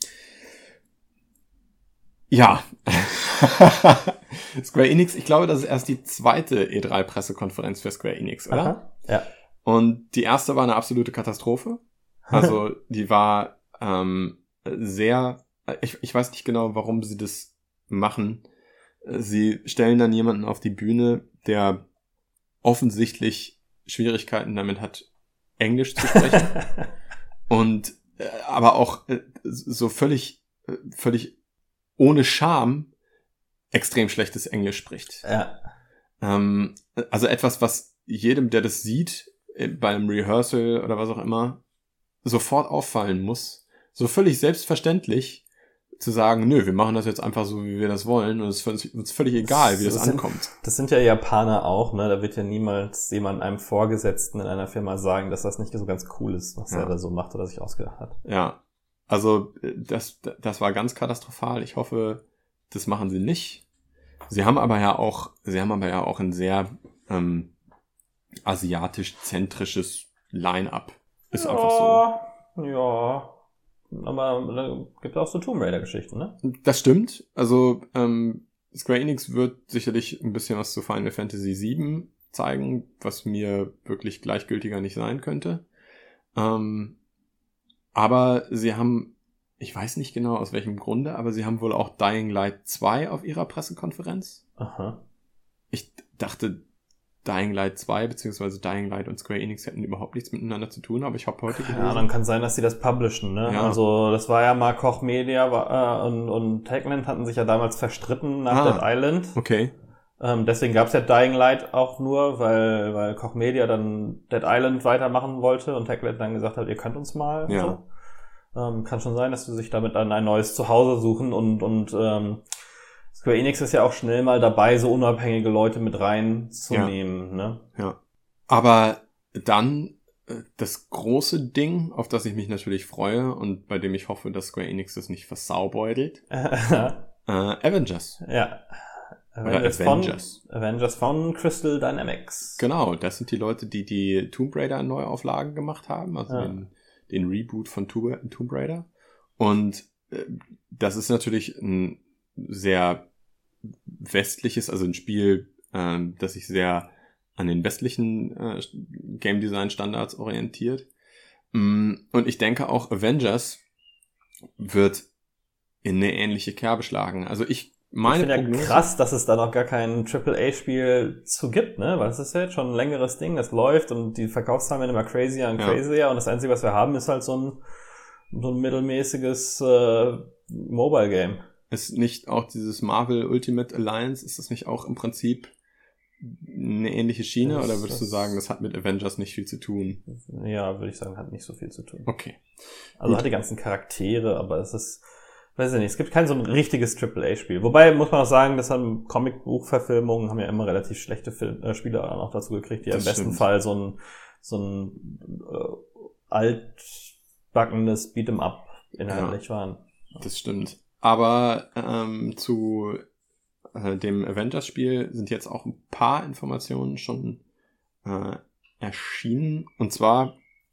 B: Ja. Square Enix, ich glaube, das ist erst die zweite E drei Pressekonferenz für Square Enix, oder?
A: Aha, ja.
B: Und die erste war eine absolute Katastrophe. Also die war ähm, sehr, ich, ich weiß nicht genau, warum sie das machen. Sie stellen dann jemanden auf die Bühne, der offensichtlich Schwierigkeiten damit hat, Englisch zu sprechen. Und äh, aber auch äh, so völlig, äh, völlig ohne Scham extrem schlechtes Englisch spricht.
A: Ja.
B: Ähm, also etwas, was jedem, der das sieht, äh, beim Rehearsal oder was auch immer, sofort auffallen muss. So völlig selbstverständlich zu sagen, nö, wir machen das jetzt einfach so, wie wir das wollen und es ist uns völlig egal, wie das,
A: Das sind-
B: ankommt.
A: Das sind ja Japaner auch, ne? Da wird ja niemals jemand einem Vorgesetzten in einer Firma sagen, dass das nicht so ganz cool ist, was
B: Ja.
A: er da so macht oder sich ausgedacht hat.
B: Ja, also äh, das, das war ganz katastrophal. Ich hoffe, das machen sie nicht. Sie haben aber ja auch, sie haben aber ja auch ein sehr ähm, asiatisch-zentrisches Line-up. Ist einfach so.
A: so. Ja. Aber da gibt auch so Tomb Raider-Geschichten, ne?
B: Das stimmt. Also ähm, Square Enix wird sicherlich ein bisschen was zu Final Fantasy sieben zeigen, was mir wirklich gleichgültiger nicht sein könnte. Ähm, aber sie haben, ich weiß nicht genau aus welchem Grunde, aber sie haben wohl auch Dying Light zwei auf ihrer Pressekonferenz.
A: Aha.
B: Ich dachte, Dying Light zwei beziehungsweise Dying Light und Square Enix hätten überhaupt nichts miteinander zu tun, aber ich habe heute
A: Ja, dann kann sein, dass sie das publishen, ne?
B: Ja.
A: Also, das war ja mal Koch Media war, äh, und, und Techland hatten sich ja damals verstritten nach
B: Ah.
A: Dead Island.
B: Okay.
A: Ähm, deswegen gab's ja Dying Light auch nur, weil, weil Koch Media dann Dead Island weitermachen wollte und Techland dann gesagt hat, ihr könnt uns mal. und
B: Ja.
A: So. Ähm, kann schon sein, dass sie sich damit dann ein neues Zuhause suchen und, und ähm, Square Enix ist ja auch schnell mal dabei, so unabhängige Leute mit reinzunehmen, ne?
B: Ja. Aber dann äh, das große Ding, auf das ich mich natürlich freue und bei dem ich hoffe, dass Square Enix das nicht versaubeutelt. Äh, Avengers.
A: Ja.
B: Oder
A: Avengers,
B: Avengers.
A: Von, Avengers von Crystal Dynamics.
B: Genau, das sind die Leute, die die Tomb Raider Neuauflagen gemacht haben, also
A: Ja.
B: den, den Reboot von Tomb Tomb Raider. Und äh, das ist natürlich ein sehr westliches, also ein Spiel, ähm, das sich sehr an den westlichen äh, Game Design Standards orientiert. Mm, Und ich denke auch Avengers wird in eine ähnliche Kerbe schlagen. Also ich meine
A: ich finde ja
B: Prognose-
A: krass, dass es da noch gar kein Triple A Spiel zu gibt, ne? Weil das ist ja jetzt schon ein längeres Ding, das läuft und die Verkaufszahlen werden immer crazier und
B: Ja.
A: crazier und das Einzige, was wir haben, ist halt so ein, so ein mittelmäßiges äh, Mobile-Game.
B: Ist nicht auch dieses Marvel Ultimate Alliance, ist das nicht auch im Prinzip eine ähnliche Schiene?
A: Das-
B: oder würdest du
A: das-
B: sagen, das hat mit Avengers nicht viel zu tun?
A: Ja, würde ich sagen, hat nicht so viel zu tun.
B: Okay.
A: Also
B: Gut.
A: hat die ganzen Charaktere, aber es ist, weiß ich nicht, es gibt kein so ein richtiges Triple A Spiel. Wobei muss man auch sagen, dass haben Comicbuchverfilmungen haben ja immer relativ schlechte Film, äh, Spiele auch noch dazu gekriegt, die
B: Das
A: im besten
B: stimmt.
A: Fall so ein so ein äh, altbackenes Beat'em Up inhaltlich waren.
B: Das stimmt. Aber ähm, zu äh, dem Avengers-Spiel sind jetzt auch ein paar Informationen schon äh, erschienen. Und zwar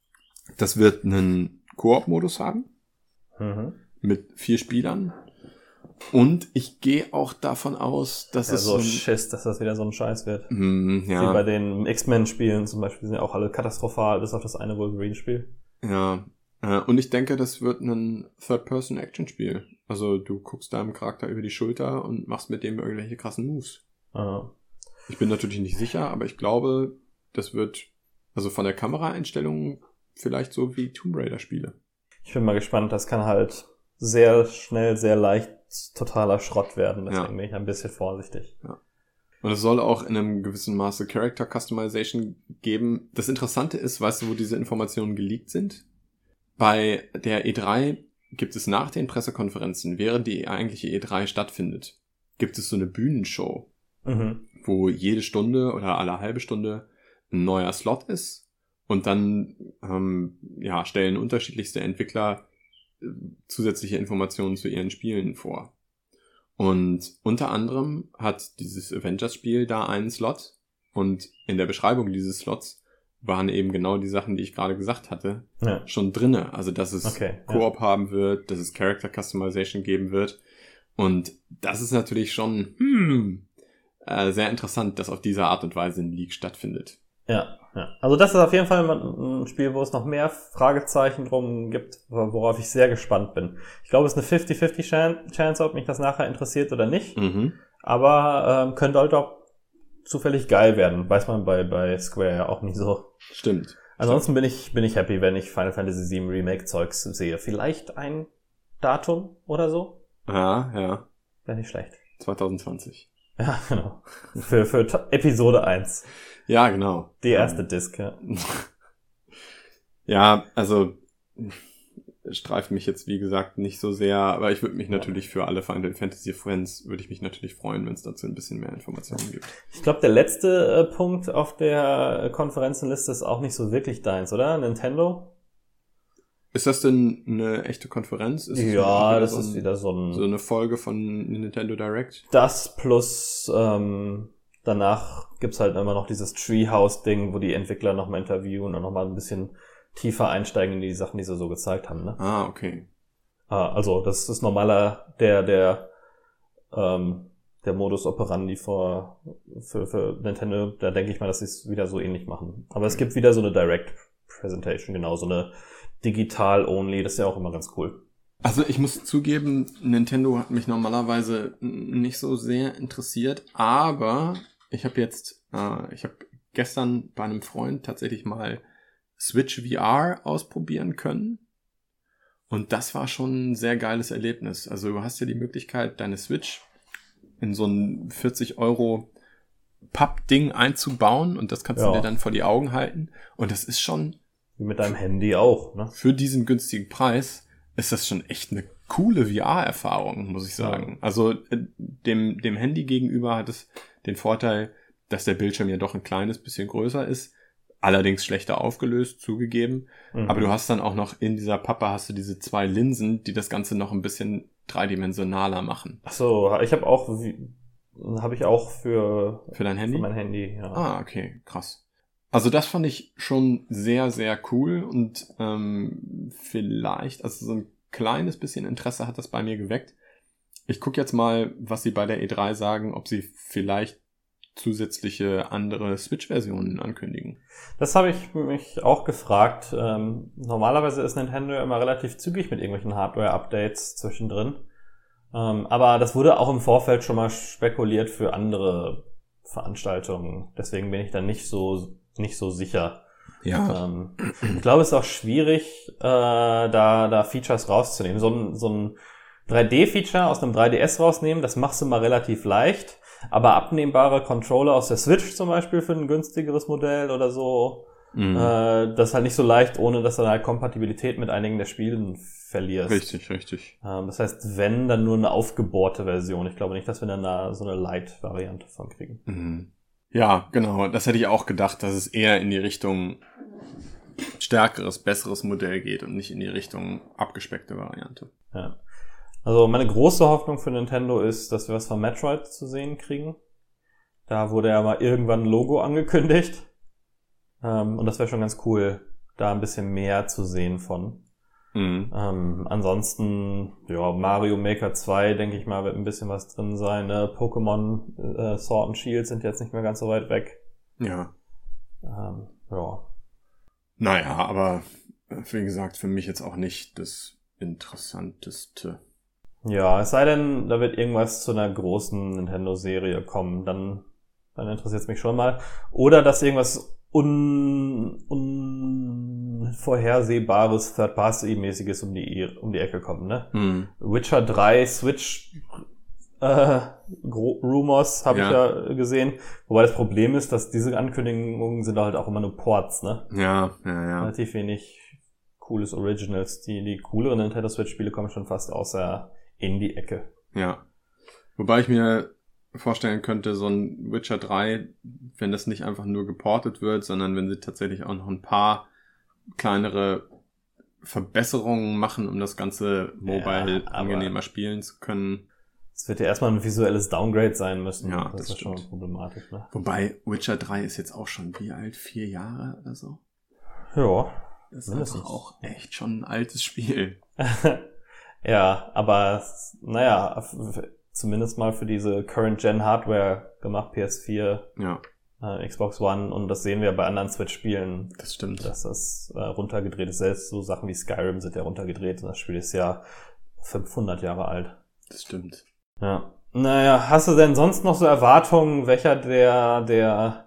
B: Das wird einen Koop-Modus haben.
A: Mhm.
B: Mit vier Spielern. Und ich gehe auch davon aus, dass
A: ja,
B: es
A: so
B: ein,
A: Schiss, dass das wieder so ein Scheiß wird.
B: Mm, ja.
A: Wie bei den X-Men-Spielen zum Beispiel, die sind ja auch alle katastrophal, bis auf das eine Wolverine-Spiel.
B: Ja, äh, und ich denke, das wird ein Third-Person-Action-Spiel. Also du guckst deinem Charakter über die Schulter und machst mit dem irgendwelche krassen Moves.
A: Ah.
B: Ich bin natürlich nicht sicher, aber ich glaube, das wird also von der Kameraeinstellung vielleicht so wie Tomb Raider-Spiele.
A: Ich bin mal gespannt, das kann halt sehr schnell, sehr leicht totaler Schrott werden. Deswegen ja. bin ich ein bisschen vorsichtig.
B: Ja. Und es soll auch in einem gewissen Maße Character Customization geben. Das Interessante ist, weißt du, wo diese Informationen geleakt sind? Bei der E drei gibt es nach den Pressekonferenzen, während die eigentliche E drei stattfindet, gibt es so eine Bühnenshow,
A: Mhm.
B: wo jede Stunde oder alle halbe Stunde ein neuer Slot ist. Und dann ähm, ja, stellen unterschiedlichste Entwickler zusätzliche Informationen zu ihren Spielen vor. Und unter anderem hat dieses Avengers-Spiel da einen Slot und in der Beschreibung dieses Slots waren eben genau die Sachen, die ich gerade gesagt hatte,
A: ja.
B: schon drinne. Also, dass es
A: okay,
B: Koop
A: ja.
B: haben wird, dass es Character Customization geben wird. Und das ist natürlich schon hm, äh, sehr interessant, dass auf diese Art und Weise ein Leak stattfindet.
A: Ja, ja. Also das ist auf jeden Fall ein Spiel, wo es noch mehr Fragezeichen drum gibt, worauf ich sehr gespannt bin. Ich glaube, es ist eine fifty fifty Chance, ob mich das nachher interessiert oder nicht.
B: Mhm.
A: Aber ähm, könnte halt auch zufällig geil werden. Weiß man bei bei Square ja auch nicht so.
B: Stimmt.
A: Ansonsten bin ich bin ich happy, wenn ich Final Fantasy sieben Remake Zeugs sehe. Vielleicht ein Datum oder so.
B: Ja, ja.
A: Wäre nicht schlecht.
B: zwanzig zwanzig.
A: Ja, genau. Für für T- Episode eins.
B: Ja, genau.
A: Die erste ähm. Disc, ja.
B: Ja, also streift mich jetzt, wie gesagt, nicht so sehr, aber ich würde mich natürlich für alle Final Fantasy Friends, würde ich mich natürlich freuen, wenn es dazu ein bisschen mehr Informationen gibt.
A: Ich glaube, der letzte äh, Punkt auf der Konferenzenliste ist auch nicht so wirklich deins, oder? Nintendo?
B: Ist das denn eine echte Konferenz? Ist
A: ja, das
B: so
A: ist
B: ein,
A: wieder so ein...
B: So eine Folge von Nintendo Direct?
A: Das plus ähm, danach gibt's halt immer noch dieses Treehouse-Ding, wo die Entwickler nochmal interviewen und nochmal ein bisschen tiefer einsteigen in die Sachen, die sie so gezeigt haben. Ne?
B: Ah, okay.
A: Ah, also das ist normaler der der ähm, der Modus operandi für, für, für Nintendo. Da denke ich mal, dass sie es wieder so ähnlich machen. Aber es gibt wieder so eine Direct Presentation, genau, so eine digital-only, das ist ja auch immer ganz cool.
B: Also ich muss zugeben, Nintendo hat mich normalerweise nicht so sehr interessiert, aber ich habe jetzt, äh, ich habe gestern bei einem Freund tatsächlich mal Switch V R ausprobieren können und das war schon ein sehr geiles Erlebnis. Also du hast ja die Möglichkeit, deine Switch in so ein vierzig Euro Pappding einzubauen und das kannst ja. du dir dann vor die Augen halten und das ist schon...
A: Wie mit deinem Handy auch, ne?
B: Für diesen günstigen Preis ist das schon echt eine coole V R-Erfahrung, muss ich sagen. Ja. Also dem, dem Handy gegenüber hat es den Vorteil, dass der Bildschirm ja doch ein kleines bisschen größer ist, allerdings schlechter aufgelöst, zugegeben. Mhm. Aber du hast dann auch noch in dieser Pappe hast du diese zwei Linsen, die das Ganze noch ein bisschen dreidimensionaler machen.
A: Ach so, ich habe auch, habe ich auch für
B: für dein Handy,
A: für mein Handy. Ja.
B: Ah, okay, krass. Also das fand ich schon sehr, sehr cool und ähm, vielleicht, also so ein kleines bisschen Interesse hat das bei mir geweckt. Ich gucke jetzt mal, was sie bei der E drei sagen, ob sie vielleicht zusätzliche andere Switch-Versionen ankündigen.
A: Das habe ich mich auch gefragt. Ähm, normalerweise ist Nintendo immer relativ zügig mit irgendwelchen Hardware-Updates zwischendrin. Ähm, aber das wurde auch im Vorfeld schon mal spekuliert für andere Veranstaltungen. Deswegen bin ich da nicht so nicht so sicher.
B: Ja.
A: Ähm, ich glaube, es ist auch schwierig, äh, da da Features rauszunehmen. So ein, so ein drei D-Feature aus einem drei D S rausnehmen, das machst du mal relativ leicht. Aber abnehmbare Controller aus der Switch zum Beispiel für ein günstigeres Modell oder so, mhm. äh, das ist halt nicht so leicht, ohne dass du halt Kompatibilität mit einigen der Spielen verlierst.
B: Richtig, richtig.
A: Ähm, das heißt, wenn, dann nur eine aufgebohrte Version. Ich glaube nicht, dass wir dann da so eine Light-Variante von kriegen.
B: Mhm. Ja, genau. Das hätte ich auch gedacht, dass es eher in die Richtung stärkeres, besseres Modell geht und nicht in die Richtung abgespeckte Variante.
A: Ja. Also meine große Hoffnung für Nintendo ist, dass wir was von Metroid zu sehen kriegen. Da wurde ja mal irgendwann ein Logo angekündigt. Ähm, und das wäre schon ganz cool. da ein bisschen mehr zu sehen von.
B: Mhm.
A: Ähm, ansonsten, ja, Mario Maker zwei, denke ich mal, wird ein bisschen was drin sein. Ne? Pokémon äh, Sword and Shield sind jetzt nicht mehr ganz so weit weg.
B: Ja.
A: Ähm, ja.
B: Naja, aber wie gesagt, für mich jetzt auch nicht das Interessanteste.
A: Ja, es sei denn, da wird irgendwas zu einer großen Nintendo-Serie kommen, dann, dann interessiert es mich schon mal. Oder dass irgendwas un, unvorhersehbares Third-Party-mäßiges um die, um die Ecke kommt, ne?
B: Hm.
A: Witcher drei Switch äh, Rumors habe
B: Ja.
A: ich ja gesehen. Wobei das Problem ist, dass diese Ankündigungen sind halt auch immer nur Ports, ne?
B: Ja, ja, ja.
A: Relativ wenig cooles Originals. Die, die cooleren Nintendo Switch-Spiele kommen schon fast aus der Indie-Ecke.
B: Ja. Wobei ich mir vorstellen könnte, so ein Witcher drei, wenn das nicht einfach nur geportet wird, sondern wenn sie tatsächlich auch noch ein paar kleinere Verbesserungen machen, um das Ganze mobile
A: Ja,
B: angenehmer spielen zu können.
A: Es wird ja erstmal ein visuelles Downgrade sein müssen.
B: Ja,
A: das,
B: das
A: ist schon
B: stimmt.
A: problematisch, ne?
B: Wobei Witcher drei ist jetzt auch schon wie alt? Vier Jahre oder so?
A: Ja.
B: Das ist
A: Mindestens.
B: einfach auch echt schon ein altes Spiel.
A: Ja, aber naja, f- zumindest mal für diese Current-Gen-Hardware gemacht, P S vier,
B: Ja,
A: äh, Xbox One, und das sehen wir bei anderen Switch-Spielen,
B: das stimmt.
A: dass das äh, runtergedreht ist. Selbst so Sachen wie Skyrim sind ja runtergedreht und das Spiel ist ja fünfhundert Jahre alt.
B: Das stimmt.
A: Ja. Naja, hast du denn sonst noch so Erwartungen, welcher der, der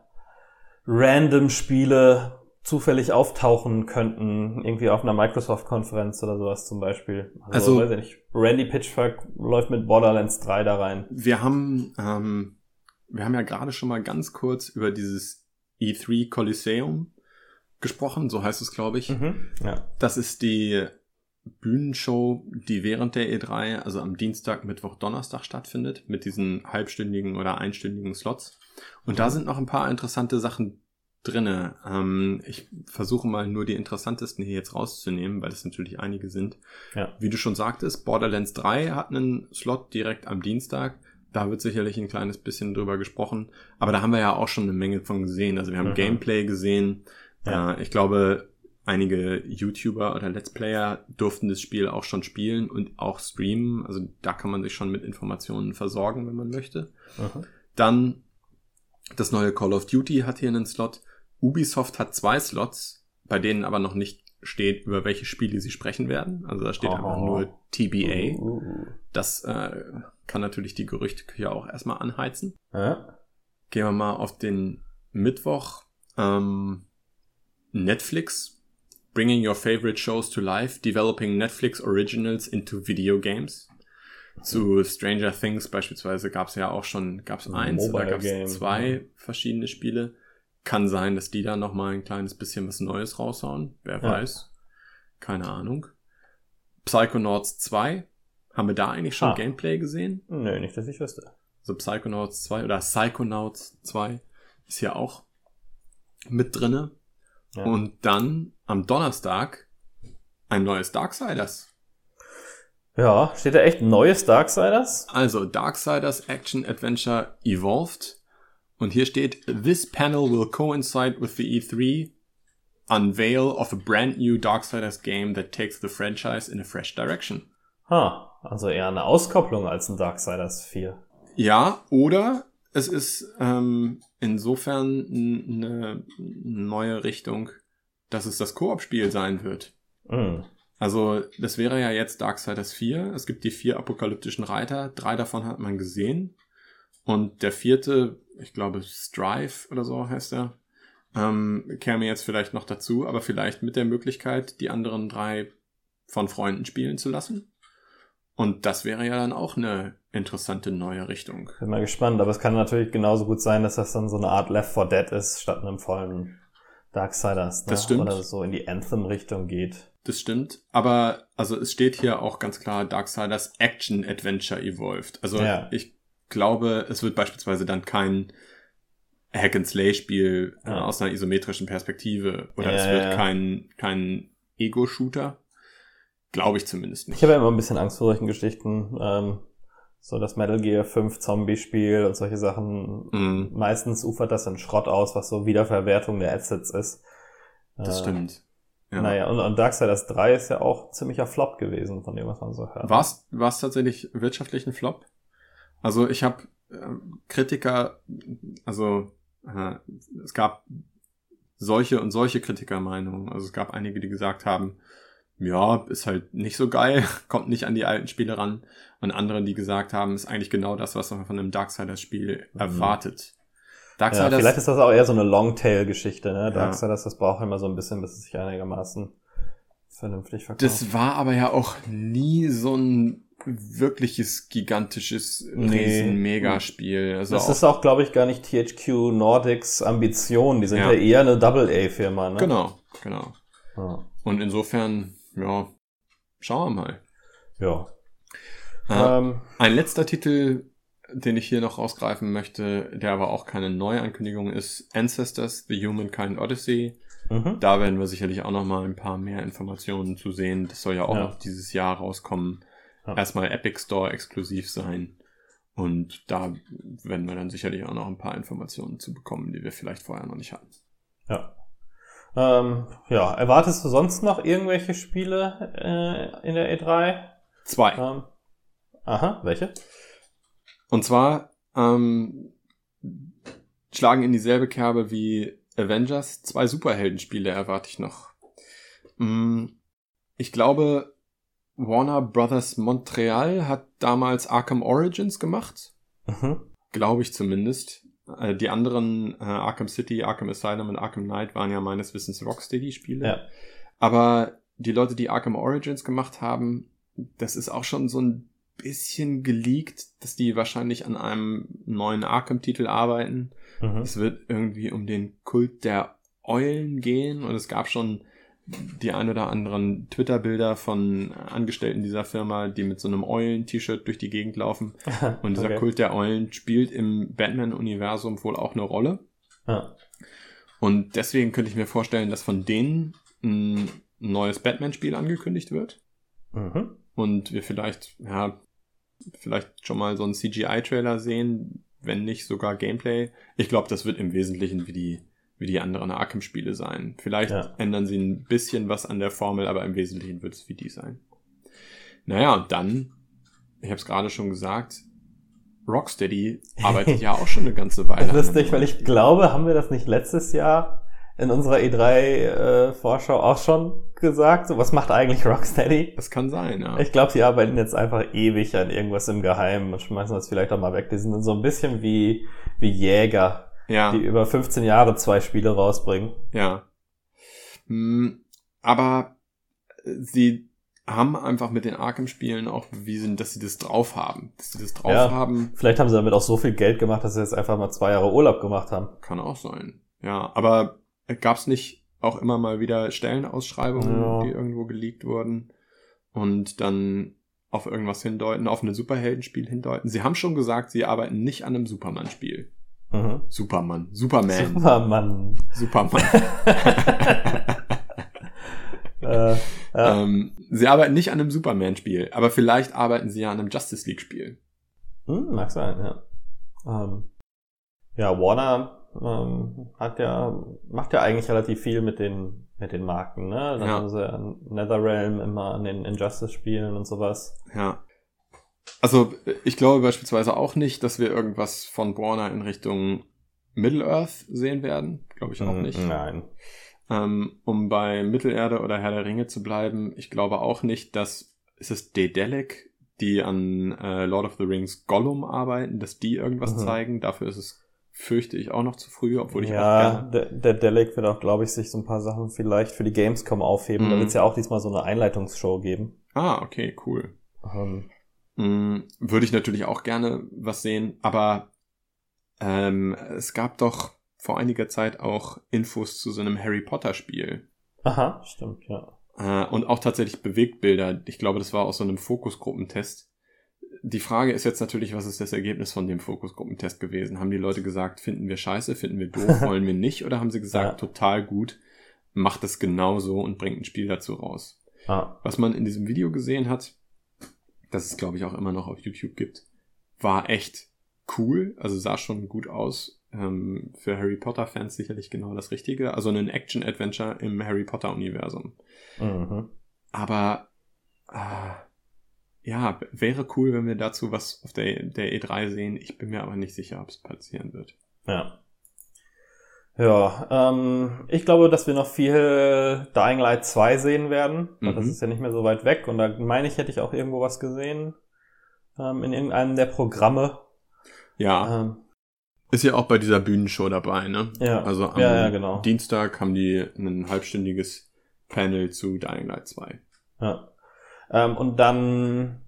A: Random-Spiele zufällig auftauchen könnten, irgendwie auf einer Microsoft-Konferenz oder sowas zum Beispiel? Also,
B: Also-
A: weiß ich nicht. Randy Pitchford läuft mit Borderlands drei da rein.
B: Wir haben, ähm, wir haben ja gerade schon mal ganz kurz über dieses E drei Coliseum gesprochen, so heißt es, glaube ich.
A: Mhm. Ja.
B: Das ist die Bühnenshow, die während der E drei, also am Dienstag, Mittwoch, Donnerstag stattfindet, mit diesen halbstündigen oder einstündigen Slots. Und da sind noch ein paar interessante Sachen drinne. Ähm, ich versuche mal nur die interessantesten hier jetzt rauszunehmen, weil das natürlich einige sind.
A: Ja.
B: Wie du schon sagtest, Borderlands drei hat einen Slot direkt am Dienstag. Da wird sicherlich ein kleines bisschen drüber gesprochen. Aber da haben wir ja auch schon eine Menge von gesehen. Also wir haben
A: Mhm.
B: Gameplay gesehen.
A: Ja.
B: Äh, ich glaube, einige YouTuber oder Let's Player durften das Spiel auch schon spielen und auch streamen. Also da kann man sich schon mit Informationen versorgen, wenn man möchte.
A: Mhm.
B: Dann das neue Call of Duty hat hier einen Slot. Ubisoft hat zwei Slots, bei denen aber noch nicht steht, über welche Spiele sie sprechen werden. Also da steht
A: Oh.
B: einfach nur T B A.
A: Uh.
B: Das äh, kann natürlich die Gerüchteküche auch erstmal anheizen.
A: Ja.
B: Gehen wir mal auf den Mittwoch. Ähm, Netflix. Bringing your favorite shows to life. Developing Netflix Originals into Video Games. Zu Stranger Things beispielsweise gab es ja auch schon, gab es eins
A: Mobile
B: oder gab
A: Game,
B: es zwei
A: ja.
B: verschiedene Spiele. Kann sein, dass die da nochmal ein kleines bisschen was Neues raushauen. Wer
A: Ja.
B: weiß. Keine Ahnung. Psychonauts zwei. Haben wir da eigentlich schon
A: Ah.
B: Gameplay gesehen?
A: Nö, nicht, dass ich wüsste.
B: Also Psychonauts zwei oder Psychonauts zwei ist hier auch mit drinne.
A: Ja.
B: Und dann am Donnerstag ein neues Darksiders.
A: Ja, steht da echt neues Darksiders?
B: Also Darksiders Action Adventure Evolved. Und hier steht, this panel will coincide with the E drei unveil of a brand new Darksiders game that takes the franchise in a fresh direction.
A: Ha, also eher eine Auskopplung als ein Darksiders vier.
B: Ja, oder es ist ähm, insofern n- eine neue Richtung, dass es das Koop-Spiel sein wird.
A: Mhm.
B: Also das wäre ja jetzt Darksiders vier. Es gibt die vier apokalyptischen Reiter. Drei davon hat man gesehen. Und der vierte, ich glaube Strife oder so heißt er, ähm, käme jetzt vielleicht noch dazu, aber vielleicht mit der Möglichkeit, die anderen drei von Freunden spielen zu lassen. Und das wäre ja dann auch eine interessante neue Richtung.
A: Bin mal gespannt, aber es kann natürlich genauso gut sein, dass das dann so eine Art Left four Dead ist, statt einem vollen Darksiders. Ne?
B: Das stimmt.
A: Oder so in die Anthem-Richtung geht.
B: Das stimmt. Aber also es steht hier auch ganz klar Darksiders Action Adventure Evolved. Also
A: Ja.
B: ich glaube, es wird beispielsweise dann kein Hack-and-Slay-Spiel äh,
A: Ja.
B: aus einer isometrischen Perspektive oder
A: Ja,
B: es wird
A: ja, ja.
B: kein, kein Ego-Shooter. Glaube ich zumindest nicht.
A: Ich habe ja immer ein bisschen Angst vor solchen Geschichten. Ähm, so das Metal Gear fünf Zombie-Spiel und solche Sachen.
B: Mhm.
A: Meistens ufert das in Schrott aus, was so Wiederverwertung der Assets ist.
B: Das
A: Äh,
B: stimmt. Ja.
A: Naja, und, und Darksiders drei ist ja auch ziemlicher Flop gewesen, von dem, was man so hört.
B: War es tatsächlich wirtschaftlich ein Flop? Also ich habe äh, Kritiker, also äh, es gab solche und solche Kritikermeinungen. Also es gab einige, die gesagt haben, ja, ist halt nicht so geil, kommt nicht an die alten Spiele ran. Und andere, die gesagt haben, ist eigentlich genau das, was man von einem Darksiders-Spiel mhm. erwartet.
A: Darksiders, ja, vielleicht ist das auch eher so eine Longtail-Geschichte, ne? Darksiders, ja. Das braucht immer so ein bisschen, bis es sich einigermaßen vernünftig verkauft.
B: Das war aber ja auch nie so ein wirkliches, gigantisches,
A: nee.
B: riesen Megaspiel. Also
A: das auch, ist auch, glaube ich, gar nicht T H Q Nordics Ambition. Die sind ja, ja eher eine Double-A-Firma, ne?
B: Genau, genau.
A: Ja.
B: Und insofern, ja, schauen wir mal.
A: Ja.
B: Äh, ähm, ein letzter Titel, den ich hier noch rausgreifen möchte, der aber auch keine Neuankündigung ist, Ancestors, The Humankind Odyssey. Mhm. Da werden wir sicherlich auch noch mal ein paar mehr Informationen zu sehen. Das soll ja auch ja. noch dieses Jahr rauskommen. Ja. Erstmal Epic Store exklusiv sein. Und da werden wir dann sicherlich auch noch ein paar Informationen zu bekommen, die wir vielleicht vorher noch nicht hatten.
A: Ja. Ähm, ja, erwartest du sonst noch irgendwelche Spiele äh, in der E drei?
B: Zwei.
A: Ähm, aha, welche?
B: Und zwar ähm, schlagen in dieselbe Kerbe wie Avengers. Zwei Superheldenspiele erwarte ich noch. Ich glaube, Warner Brothers Montreal hat damals Arkham Origins gemacht.
A: Mhm.
B: Glaube ich zumindest. Die anderen, äh, Arkham City, Arkham Asylum und Arkham Knight, waren ja meines Wissens Rocksteady-Spiele.
A: Ja.
B: Aber die Leute, die Arkham Origins gemacht haben, das ist auch schon so ein bisschen geleakt, dass die wahrscheinlich an einem neuen Arkham-Titel arbeiten.
A: Mhm.
B: Es wird irgendwie um den Kult der Eulen gehen und es gab schon die ein oder anderen Twitter-Bilder von Angestellten dieser Firma, die mit so einem Eulen-T-Shirt durch die Gegend laufen. Und dieser okay. Kult der Eulen spielt im Batman-Universum wohl auch eine Rolle.
A: Ja.
B: Und deswegen könnte ich mir vorstellen, dass von denen ein neues Batman-Spiel angekündigt wird.
A: Mhm.
B: Und wir vielleicht, ja, vielleicht schon mal so einen C G I-Trailer sehen, wenn nicht sogar Gameplay. Ich glaube, das wird im Wesentlichen wie die, wie die anderen Arkham-Spiele sein. Vielleicht ja. ändern sie ein bisschen was an der Formel, aber im Wesentlichen wird es wie die sein. Naja, und dann, ich habe es gerade schon gesagt, Rocksteady arbeitet ja auch schon eine ganze Weile.
A: Das ist lustig, weil ich glaube, haben wir das nicht letztes Jahr in unserer E drei äh, Vorschau auch schon gesagt? So, was macht eigentlich Rocksteady?
B: Das kann sein, ja.
A: Ich glaube, die arbeiten jetzt einfach ewig an irgendwas im Geheimen und schmeißen das vielleicht auch mal weg. Die sind so ein bisschen wie, wie Jäger,
B: ja.
A: die über fünfzehn Jahre zwei Spiele rausbringen.
B: Ja. Hm, aber sie haben einfach mit den Arkham-Spielen auch bewiesen, dass sie das drauf haben. Dass sie das drauf
A: ja,
B: haben.
A: Vielleicht haben sie damit auch so viel Geld gemacht, dass sie jetzt einfach mal zwei Jahre Urlaub gemacht haben.
B: Kann auch sein. Ja, aber gab es nicht auch immer mal wieder Stellenausschreibungen, ja. die irgendwo geleakt wurden und dann auf irgendwas hindeuten, auf ein Superheldenspiel hindeuten? Sie haben schon gesagt, sie arbeiten nicht an einem Superman-Spiel.
A: Mhm.
B: Superman. Superman.
A: Superman.
B: Superman.
A: äh, ja.
B: ähm, sie arbeiten nicht an einem Superman-Spiel, aber vielleicht arbeiten sie ja an einem Justice League-Spiel.
A: Hm, mag sein, ja. Ähm, ja, Warner ähm, hat ja, macht ja eigentlich relativ viel mit den, mit den Marken, ne? Dann
B: ja.
A: haben sie an NetherRealm immer an den Injustice-Spielen und sowas.
B: Ja. Also, ich glaube beispielsweise auch nicht, dass wir irgendwas von Warner in Richtung Middle-earth sehen werden. Glaube ich auch nicht.
A: Nein.
B: Ähm, um bei Mittelerde oder Herr der Ringe zu bleiben, ich glaube auch nicht, dass, ist es Daedalic, die an äh, Lord of the Rings Gollum arbeiten, dass die irgendwas mhm. zeigen. Dafür ist es, fürchte ich, auch noch zu früh, obwohl ich
A: ja,
B: auch gerne...
A: der, der Delic wird auch, glaube ich, sich so ein paar Sachen vielleicht für die Gamescom aufheben. Mhm. Da wird es ja auch diesmal so eine Einleitungsshow geben.
B: Ah, okay, cool.
A: Ähm.
B: Mhm, würde ich natürlich auch gerne was sehen, aber ähm, es gab doch vor einiger Zeit auch Infos zu so einem Harry Potter Spiel.
A: Aha, stimmt, ja.
B: Äh, und auch tatsächlich Bewegtbilder. Ich glaube, das war aus so einem Fokusgruppentest. Die Frage ist jetzt natürlich, was ist das Ergebnis von dem Fokusgruppentest gewesen? Haben die Leute gesagt, finden wir scheiße, finden wir doof, wollen wir nicht? Oder haben sie gesagt, ja. total gut, macht es genauso und bringt ein Spiel dazu raus?
A: Ah.
B: Was man in diesem Video gesehen hat, das es, glaube ich, auch immer noch auf YouTube gibt, war echt cool. Also sah schon gut aus. ähm, für Harry Potter-Fans sicherlich genau das Richtige. Also ein Action-Adventure im Harry Potter-Universum.
A: Mhm.
B: Aber äh, ja, wäre cool, wenn wir dazu was auf der, der E drei sehen. Ich bin mir aber nicht sicher, ob es passieren wird.
A: Ja. Ja, ähm, ich glaube, dass wir noch viel Dying Light zwei sehen werden. Weil
B: Mhm.
A: das ist ja nicht mehr so weit weg. Und da meine ich, hätte ich auch irgendwo was gesehen. Ähm, in irgendeinem der Programme.
B: Ja,
A: Ähm,
B: ist ja auch bei dieser Bühnenshow dabei, ne?
A: ja.
B: Also am
A: ja, ja, genau.
B: Dienstag haben die ein halbstündiges Panel zu Dying Light zwei.
A: Ja. Ähm, und dann,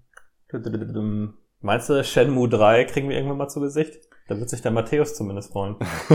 A: meinst du, Shenmue drei kriegen wir irgendwann mal zu Gesicht? Da wird sich der Matthäus zumindest freuen.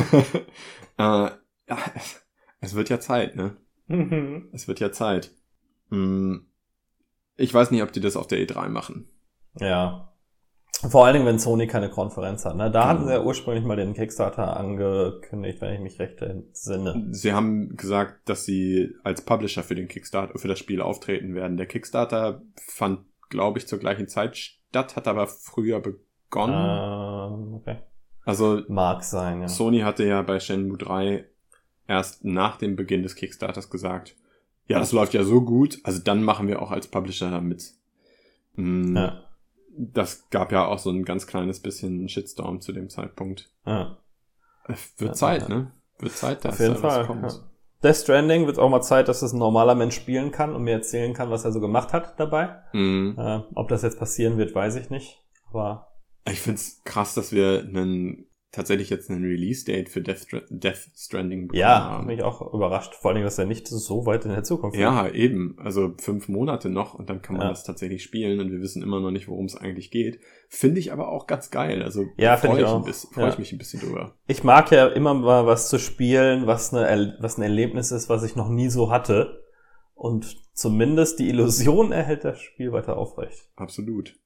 B: äh, ja, es wird ja Zeit, ne? Es wird ja Zeit. Hm, ich weiß nicht, ob die das auf der E drei machen.
A: Ja. Vor allen Dingen, wenn Sony keine Konferenz hat. Ne? Da
B: Genau.
A: hatten sie ja ursprünglich mal den Kickstarter angekündigt, wenn ich mich recht entsinne.
B: Sie haben gesagt, dass sie als Publisher für den Kickstarter, für das Spiel auftreten werden. Der Kickstarter fand, glaube ich, zur gleichen Zeit statt, hat aber früher begonnen.
A: Ähm, okay.
B: Also
A: Mag sein, ja.
B: Sony hatte ja bei Shenmue drei erst nach dem Beginn des Kickstarters gesagt, ja, das läuft ja so gut, also dann machen wir auch als Publisher damit. Hm,
A: Ja.
B: Das gab ja auch so ein ganz kleines bisschen Shitstorm zu dem Zeitpunkt.
A: Ja.
B: Wird
A: Ja,
B: Zeit,
A: ja.
B: ne? Wird Zeit, dass
A: Auf jeden
B: da was
A: Fall.
B: kommt.
A: Ja. Death Stranding wird auch mal Zeit, dass es ein normaler Mensch spielen kann und mir erzählen kann, was er so gemacht hat dabei.
B: Mhm.
A: Äh, ob das jetzt passieren wird, weiß ich nicht. Aber
B: Ich find's krass, dass wir einen, tatsächlich jetzt einen Release-Date für Death, Death Stranding bekommen
A: ja,
B: haben.
A: bin ich auch überrascht. Vor allen Dingen, dass er nicht so weit in der Zukunft
B: Ja, eben. Also fünf Monate noch und dann kann man
A: Ja.
B: das tatsächlich spielen und wir wissen immer noch nicht, worum es eigentlich geht. Finde ich aber auch ganz geil. Also
A: Ja,
B: freu
A: finde ich
B: ich,
A: auch.
B: ein bisschen- freu
A: Ja.
B: ich mich ein bisschen drüber.
A: Ich mag ja immer mal was zu spielen, was, eine, Er- was ein Erlebnis ist, was ich noch nie so hatte. Und zumindest die Illusion erhält das Spiel weiter aufrecht.
B: Absolut.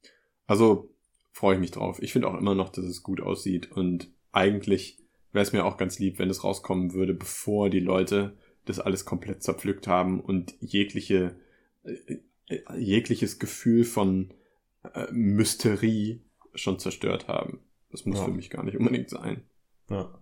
B: Also freue ich mich drauf. Ich finde auch immer noch, dass es gut aussieht und eigentlich wäre es mir auch ganz lieb, wenn es rauskommen würde, bevor die Leute das alles komplett zerpflückt haben und jegliche äh, äh, jegliches Gefühl von äh, Mysterie schon zerstört haben. Das muss
A: Ja.
B: für mich gar nicht unbedingt sein.
A: Ja.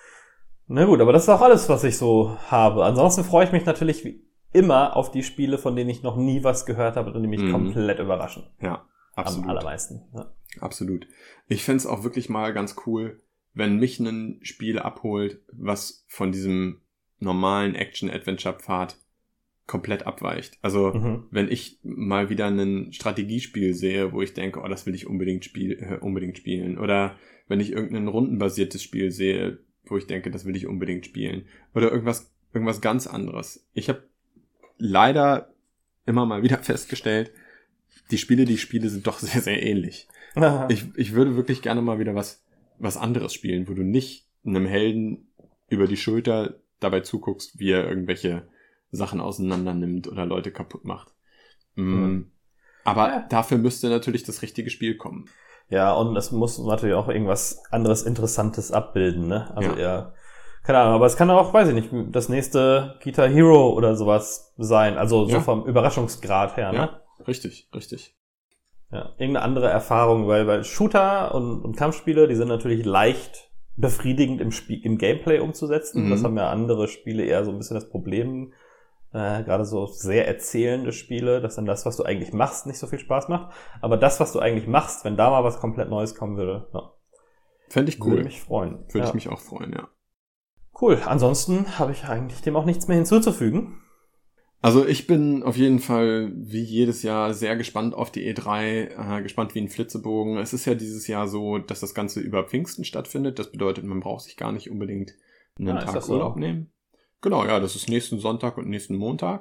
A: Na gut, aber das ist auch alles, was ich so habe. Ansonsten freue ich mich natürlich wie immer auf die Spiele, von denen ich noch nie was gehört habe und die mich
B: Mhm.
A: komplett überraschen.
B: Ja, absolut.
A: Am allermeisten. Ja.
B: Absolut. Ich fänd's auch wirklich mal ganz cool, wenn mich ein Spiel abholt, was von diesem normalen Action-Adventure-Pfad komplett abweicht. Also,
A: Mhm.
B: wenn ich mal wieder ein Strategiespiel sehe, wo ich denke, oh, das will ich unbedingt, spiel äh, unbedingt spielen. Oder wenn ich irgendein rundenbasiertes Spiel sehe, wo ich denke, das will ich unbedingt spielen. Oder irgendwas, irgendwas ganz anderes. Ich habe leider immer mal wieder festgestellt, die Spiele, die ich spiele, sind doch sehr, sehr ähnlich. Ich, ich würde wirklich gerne mal wieder was, was anderes spielen, wo du nicht einem Helden über die Schulter dabei zuguckst, wie er irgendwelche Sachen auseinander nimmt oder Leute kaputt macht. Mm,
A: Mhm.
B: Aber
A: Ja.
B: dafür müsste natürlich das richtige Spiel kommen.
A: Ja, und es muss natürlich auch irgendwas anderes Interessantes abbilden, ne? Also
B: Ja.
A: eher, keine Ahnung, aber es kann auch, weiß ich nicht, das nächste Guitar Hero oder sowas sein. Also so
B: Ja.
A: vom Überraschungsgrad her, ne?
B: Ja, richtig, richtig.
A: Ja, irgendeine andere Erfahrung, weil, weil Shooter und, und Kampfspiele, die sind natürlich leicht befriedigend im Spiel, im Gameplay umzusetzen.
B: Mhm.
A: Das haben ja andere Spiele eher so ein bisschen das Problem. Äh, gerade so sehr erzählende Spiele, dass dann das, was du eigentlich machst, nicht so viel Spaß macht. Aber das, was du eigentlich machst, wenn da mal was komplett Neues kommen würde, ja,
B: Fände ich
A: würde
B: cool.
A: mich freuen.
B: Würde
A: ja.
B: ich mich auch freuen, ja.
A: Cool. Ansonsten habe ich eigentlich dem auch nichts mehr hinzuzufügen.
B: Also ich bin auf jeden Fall wie jedes Jahr sehr gespannt auf die E drei, äh, gespannt wie ein Flitzebogen. Es ist ja dieses Jahr so, dass das Ganze über Pfingsten stattfindet. Das bedeutet, man braucht sich gar nicht unbedingt einen
A: Ah, ist
B: Tag
A: das so?
B: Urlaub nehmen. Genau, ja, das ist nächsten Sonntag und nächsten Montag.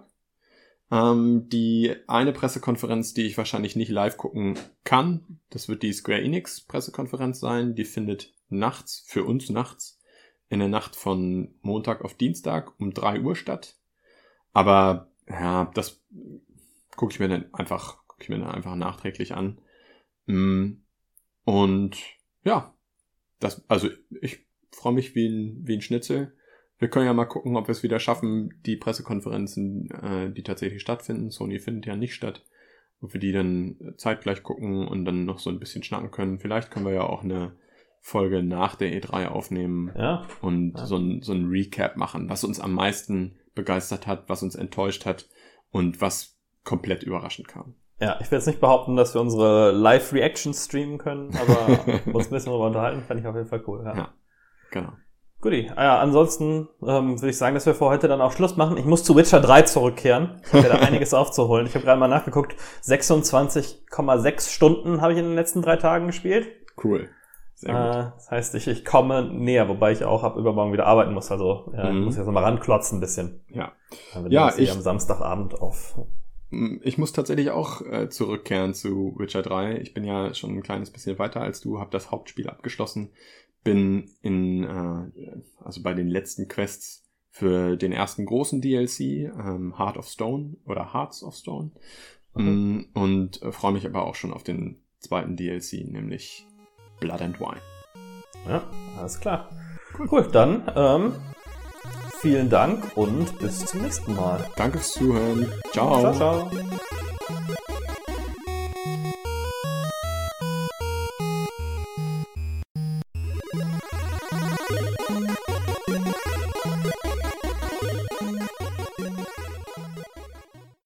B: Ähm, die eine Pressekonferenz, die ich wahrscheinlich nicht live gucken kann, das wird die Square Enix Pressekonferenz sein. Die findet nachts, für uns nachts, in der Nacht von Montag auf Dienstag um drei Uhr statt. Aber ja, das gucke ich mir dann einfach, gucke ich mir dann einfach nachträglich an. Mm, Und ja, das, also ich freue mich wie ein, wie ein Schnitzel. Wir können ja mal gucken, ob wir es wieder schaffen, die Pressekonferenzen, äh, die tatsächlich stattfinden. Sony findet ja nicht statt. Ob wir die dann zeitgleich gucken und dann noch so ein bisschen schnacken können. Vielleicht können wir ja auch eine Folge nach der E drei aufnehmen
A: ja.
B: und
A: ja.
B: so ein, so ein Recap machen, was uns am meisten begeistert hat, was uns enttäuscht hat und was komplett überraschend kam.
A: Ja, ich will jetzt nicht behaupten, dass wir unsere Live-Reactions streamen können, aber uns ein bisschen darüber unterhalten, fand ich auf jeden Fall cool. Ja,
B: ja genau.
A: Guti. Ah ja, ansonsten ähm, würde ich sagen, dass wir für heute dann auch Schluss machen. Ich muss zu Witcher drei zurückkehren. Ich habe ja da einiges aufzuholen. Ich habe gerade mal nachgeguckt. sechsundzwanzig Komma sechs Stunden habe ich in den letzten drei Tagen gespielt.
B: Cool. Sehr gut.
A: Äh, das heißt, ich, ich komme näher, wobei ich auch ab übermorgen wieder arbeiten muss. Also ja, mhm. ich muss jetzt nochmal ranklotzen ein bisschen.
B: Ja.
A: Dann
B: ja, ich
A: am Samstagabend auf.
B: Ich muss tatsächlich auch äh, zurückkehren zu Witcher drei. Ich bin ja schon ein kleines bisschen weiter als du, habe das Hauptspiel abgeschlossen. Bin in, äh, also bei den letzten Quests für den ersten großen D L C, ähm, Heart of Stone oder Hearts of Stone. Mhm. Und äh, freue mich aber auch schon auf den zweiten D L C, nämlich Blood and Wine.
A: Ja, alles klar. Cool, cool. Dann ähm, vielen Dank und bis zum nächsten Mal.
B: Danke fürs Zuhören. Ciao.
A: Ciao, ciao.